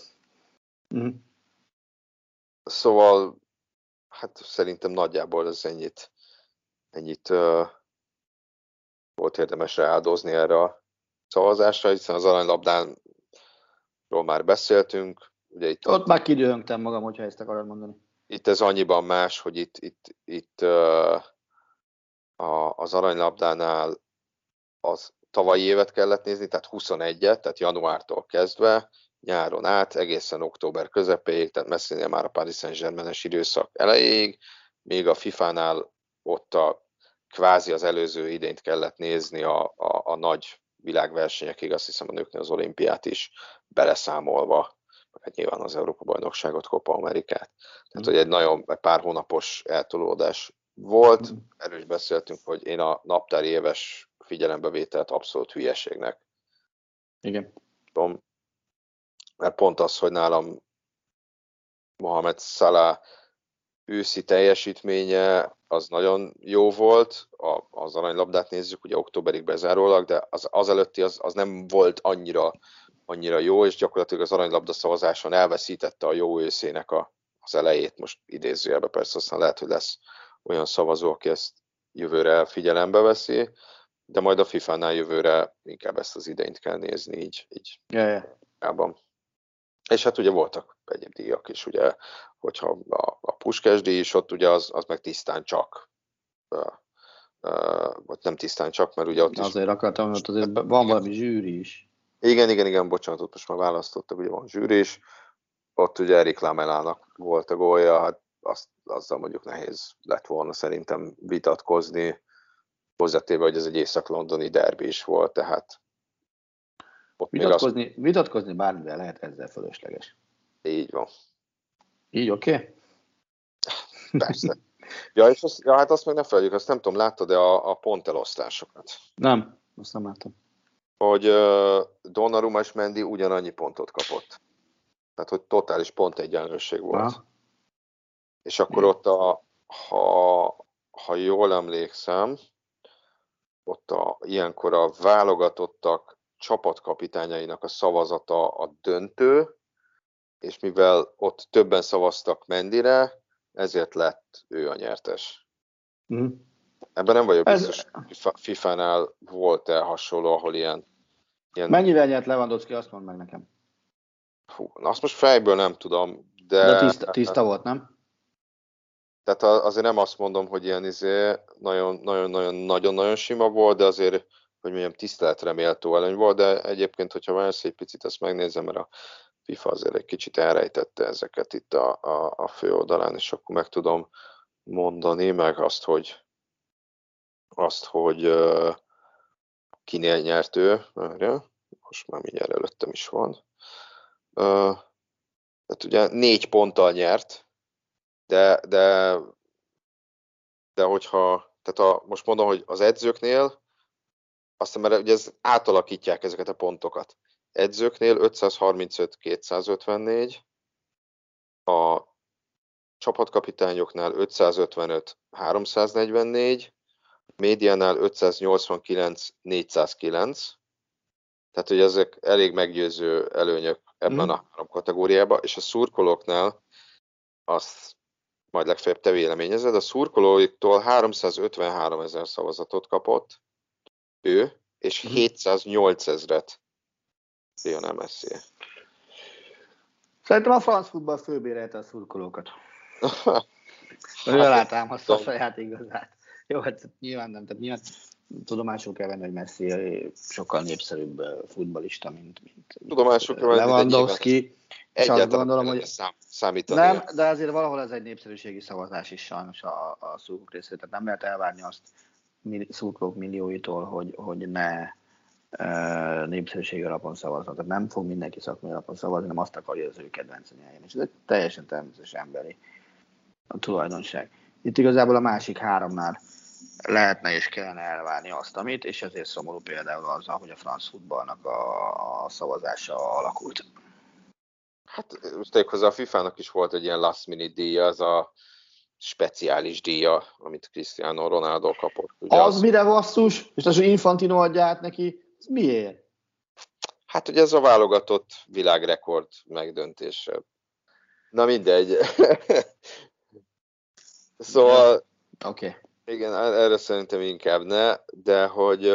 Szóval hát szerintem nagyjából ez ennyit volt érdemes rááldozni erre a szavazásra, hiszen az aranylabdánról már beszéltünk. Ugye ott már kidőhöngtem magam, hogyha ezt akarod mondani. Itt ez annyiban más, hogy itt az aranylabdánál az tavalyi évet kellett nézni, tehát 21-et, tehát januártól kezdve, nyáron át, egészen október közepéig, tehát messzinél már a Paris Saint-Germain-es időszak elejéig, még a FIFA-nál ott kvázi az előző idényt kellett nézni a nagy világversenyekig, azt hiszem a nőknél az olimpiát is beleszámolva, hát nyilván az Európa-bajnokságot, Copa Amerikát. Tehát, hogy egy pár hónapos eltolódás volt, erről is beszéltünk, hogy én a naptári éves figyelembevételt abszolút hülyeségnek. Igen. Tudom, mert pont az, hogy nálam Mohamed Salah őszi teljesítménye az nagyon jó volt, az aranylabdát nézzük, ugye októberig bezárólag, de az előtti az nem volt annyira jó, és gyakorlatilag az aranylabda szavazáson elveszítette a jó őszének az elejét, most idézőjelben persze, aztán lehet, hogy lesz olyan szavazó, aki ezt jövőre figyelembe veszi, de majd a FIFA-nál jövőre inkább ezt az idényt kell nézni így. És hát ugye voltak egyéb díjak is, ugye, hogyha a Puskás díj is ott, ugye az meg tisztán csak, vagy nem tisztán csak, mert ugye ott azért akartam, hogy azért van valami zsűri is. Igen, bocsánat, ott most már választottak, ugye van zsűri is. Ott ugye Erik Lamelának volt a gólja, hát azzal mondjuk nehéz lett volna szerintem vitatkozni, hozzátéve, hogy ez egy észak-londoni derbi is volt, tehát vitatkozni bármivel lehet, ezzel fölösleges. Így van. Így oké? Okay? Persze. Hát azt meg ne feljük, azt nem tudom, láttad-e a pontelosztásokat? Nem, azt nem láttam. Hogy Donnarumma és Mendy ugyanannyi pontot kapott. Tehát, hogy totális pontegyenlőség volt. Ha. És akkor ott ha jól emlékszem, ott ilyenkor a válogatottak csapatkapitányainak a szavazata a döntő, és mivel ott többen szavaztak Mendyre, ezért lett ő a nyertes. Ebben nem vagyok biztos, FIFA-nál volt-e hasonló, ahol ilyen Mennyivel nyert Lewandowski, azt mondd meg nekem. Azt most fejből nem tudom, De tiszta volt, nem? Tehát azért nem azt mondom, hogy ilyen nagyon-nagyon sima volt, de azért, hogy mondjam, tiszteletre méltó előny volt, de egyébként, hogyha már ezt egy picit ezt megnézem, mert a FIFA azért egy kicsit elrejtette ezeket itt a fő oldalán, és akkor meg tudom mondani, meg azt, hogy kinél nyert ő. Most már mindjárt előttem is van. Tehát ugye 4 ponttal nyert, de hogyha, tehát most mondom, hogy az edzőknél, aztán mert ugye átalakítják ezeket a pontokat. Edzőknél 535-254, a csapatkapitányoknál 555-344, médiánál 589-409, tehát hogy ezek elég meggyőző előnyök ebben a 3 kategóriában, és a szurkolóknál azt majd legfeljebb te véleményezed, a szurkolóiktól 353 000 szavazatot kapott ő, és 708 000-et Lionel Messi. Szerintem a franc futball fölbérelte a szurkolókat. Ő alátámasztja a saját igazát. Jó, hát nyilván nem, tehát nyilván tudomásul kell venni, hogy Messi sokkal népszerűbb futballista, mint tudomásul kell venni, Lewandowski. És azt gondolom, hogy számítani. Nem, de azért valahol ez egy népszerűségi szavazás is sajnos a szurkolók részéről. Tehát nem lehet elvárni azt szurkolók millióitól, hogy ne népszerűségi alapon szavaznak. Tehát nem fog mindenki szakmai alapon szavazni, nem azt akarja, hogy az ő kedvence nyerjen. És ez egy teljesen természetes emberi a tulajdonság. Itt igazából a másik 3-nál lehetne és kellene elvárni azt, amit, és ezért szomorú például azzal, hogy a franc futballnak a szavazása alakult. Hát hozzá a FIFA-nak is volt egy ilyen last minute díja, az a speciális díja, amit Cristiano Ronaldo kapott. Ugye az mire basszus? És az, hogy Infantino adja át neki, ez miért? Hát ugye ez a válogatott világrekord megdöntése. Na mindegy. Szóval okay. Igen, erre szerintem inkább ne, de hogy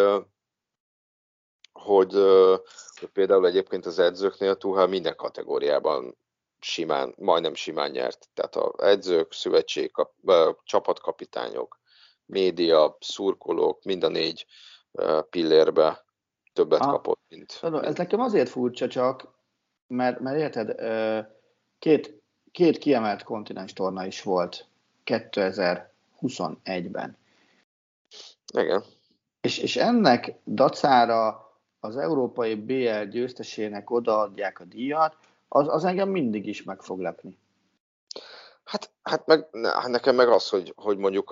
például egyébként az edzőknél Tuchel minden kategóriában majdnem simán nyert. Tehát az edzők, szövetség, csapatkapitányok, média, szurkolók, mind a 4 pillérbe többet kapott, mint... Ez nekem azért furcsa csak, mert érted, két kiemelt kontinens torna is volt 2021-ben. Igen. És ennek dacára az európai BL győztesének odaadják a díjat, az engem mindig is meg fog lepni. Hát nekem meg az, hogy mondjuk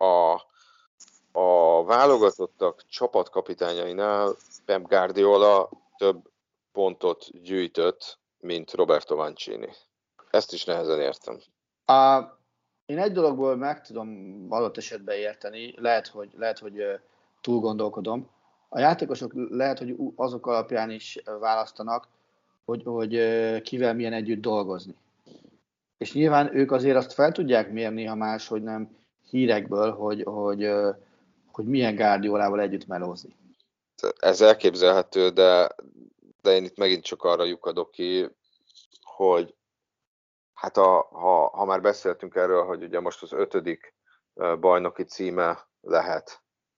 a válogatottak csapatkapitányainál Pep Guardiola több pontot gyűjtött, mint Roberto Mancini. Ezt is nehezen értem. Én egy dologból meg tudom adott esetben érteni, lehet, hogy túl gondolkodom. A játékosok lehet, hogy azok alapján is választanak, hogy kivel milyen együtt dolgozni. És nyilván ők azért azt fel tudják mérni, ha máshogy nem hírekből, hogy milyen Guardiolával együtt melózni. Ez elképzelhető, de én itt megint csak arra lyukadok ki, hogy hát ha már beszéltünk erről, hogy ugye most az 5. bajnoki címe lehet.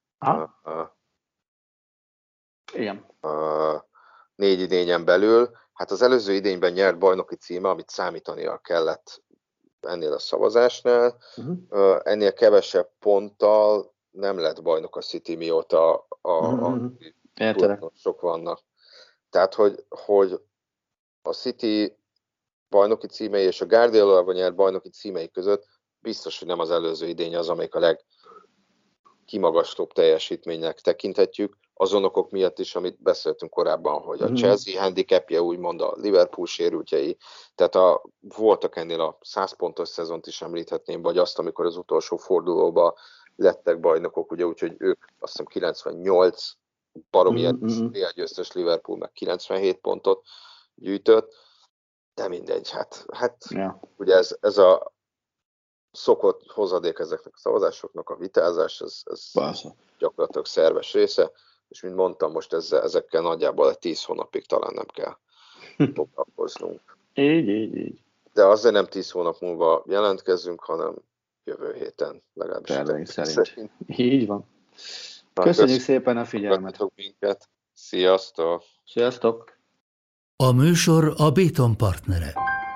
Igen. 4 idényen belül. Hát az előző idényben nyert bajnoki címe, amit számítania kellett ennél a szavazásnál. Ennél kevesebb ponttal nem lett bajnok a City, mióta sok vannak. Tehát, hogy a City bajnoki címei és a Guardiolával nyert bajnoki címei között biztos, hogy nem az előző idény az, amelyik a legkimagaslóbb teljesítménynek tekinthetjük, azon okok miatt is, amit beszéltünk korábban, hogy a Chelsea handicapje úgymond a Liverpool sérültjei, tehát voltak ennél a 100 pontos szezont is említhetném, vagy azt, amikor az utolsó fordulóban lettek bajnokok, ugye úgyhogy ők azt hiszem 98 baromi győztes Liverpool meg 97 pontot gyűjtött, de mindegy, ugye ez a szokott hozadék ezeknek a szavazásoknak, a vitázás, ez gyakorlatilag szerves része. és mint mondtam, most ezekkel nagyjából egy 10 hónapig talán nem kell foglalkoznunk. Így. De azért nem 10 hónap múlva jelentkezünk, hanem jövő héten legalábbis. Terveink szerint. Így van. Köszönjük szépen a figyelmet. Minket. Sziasztok! Sziasztok! A műsor a Béton partnere.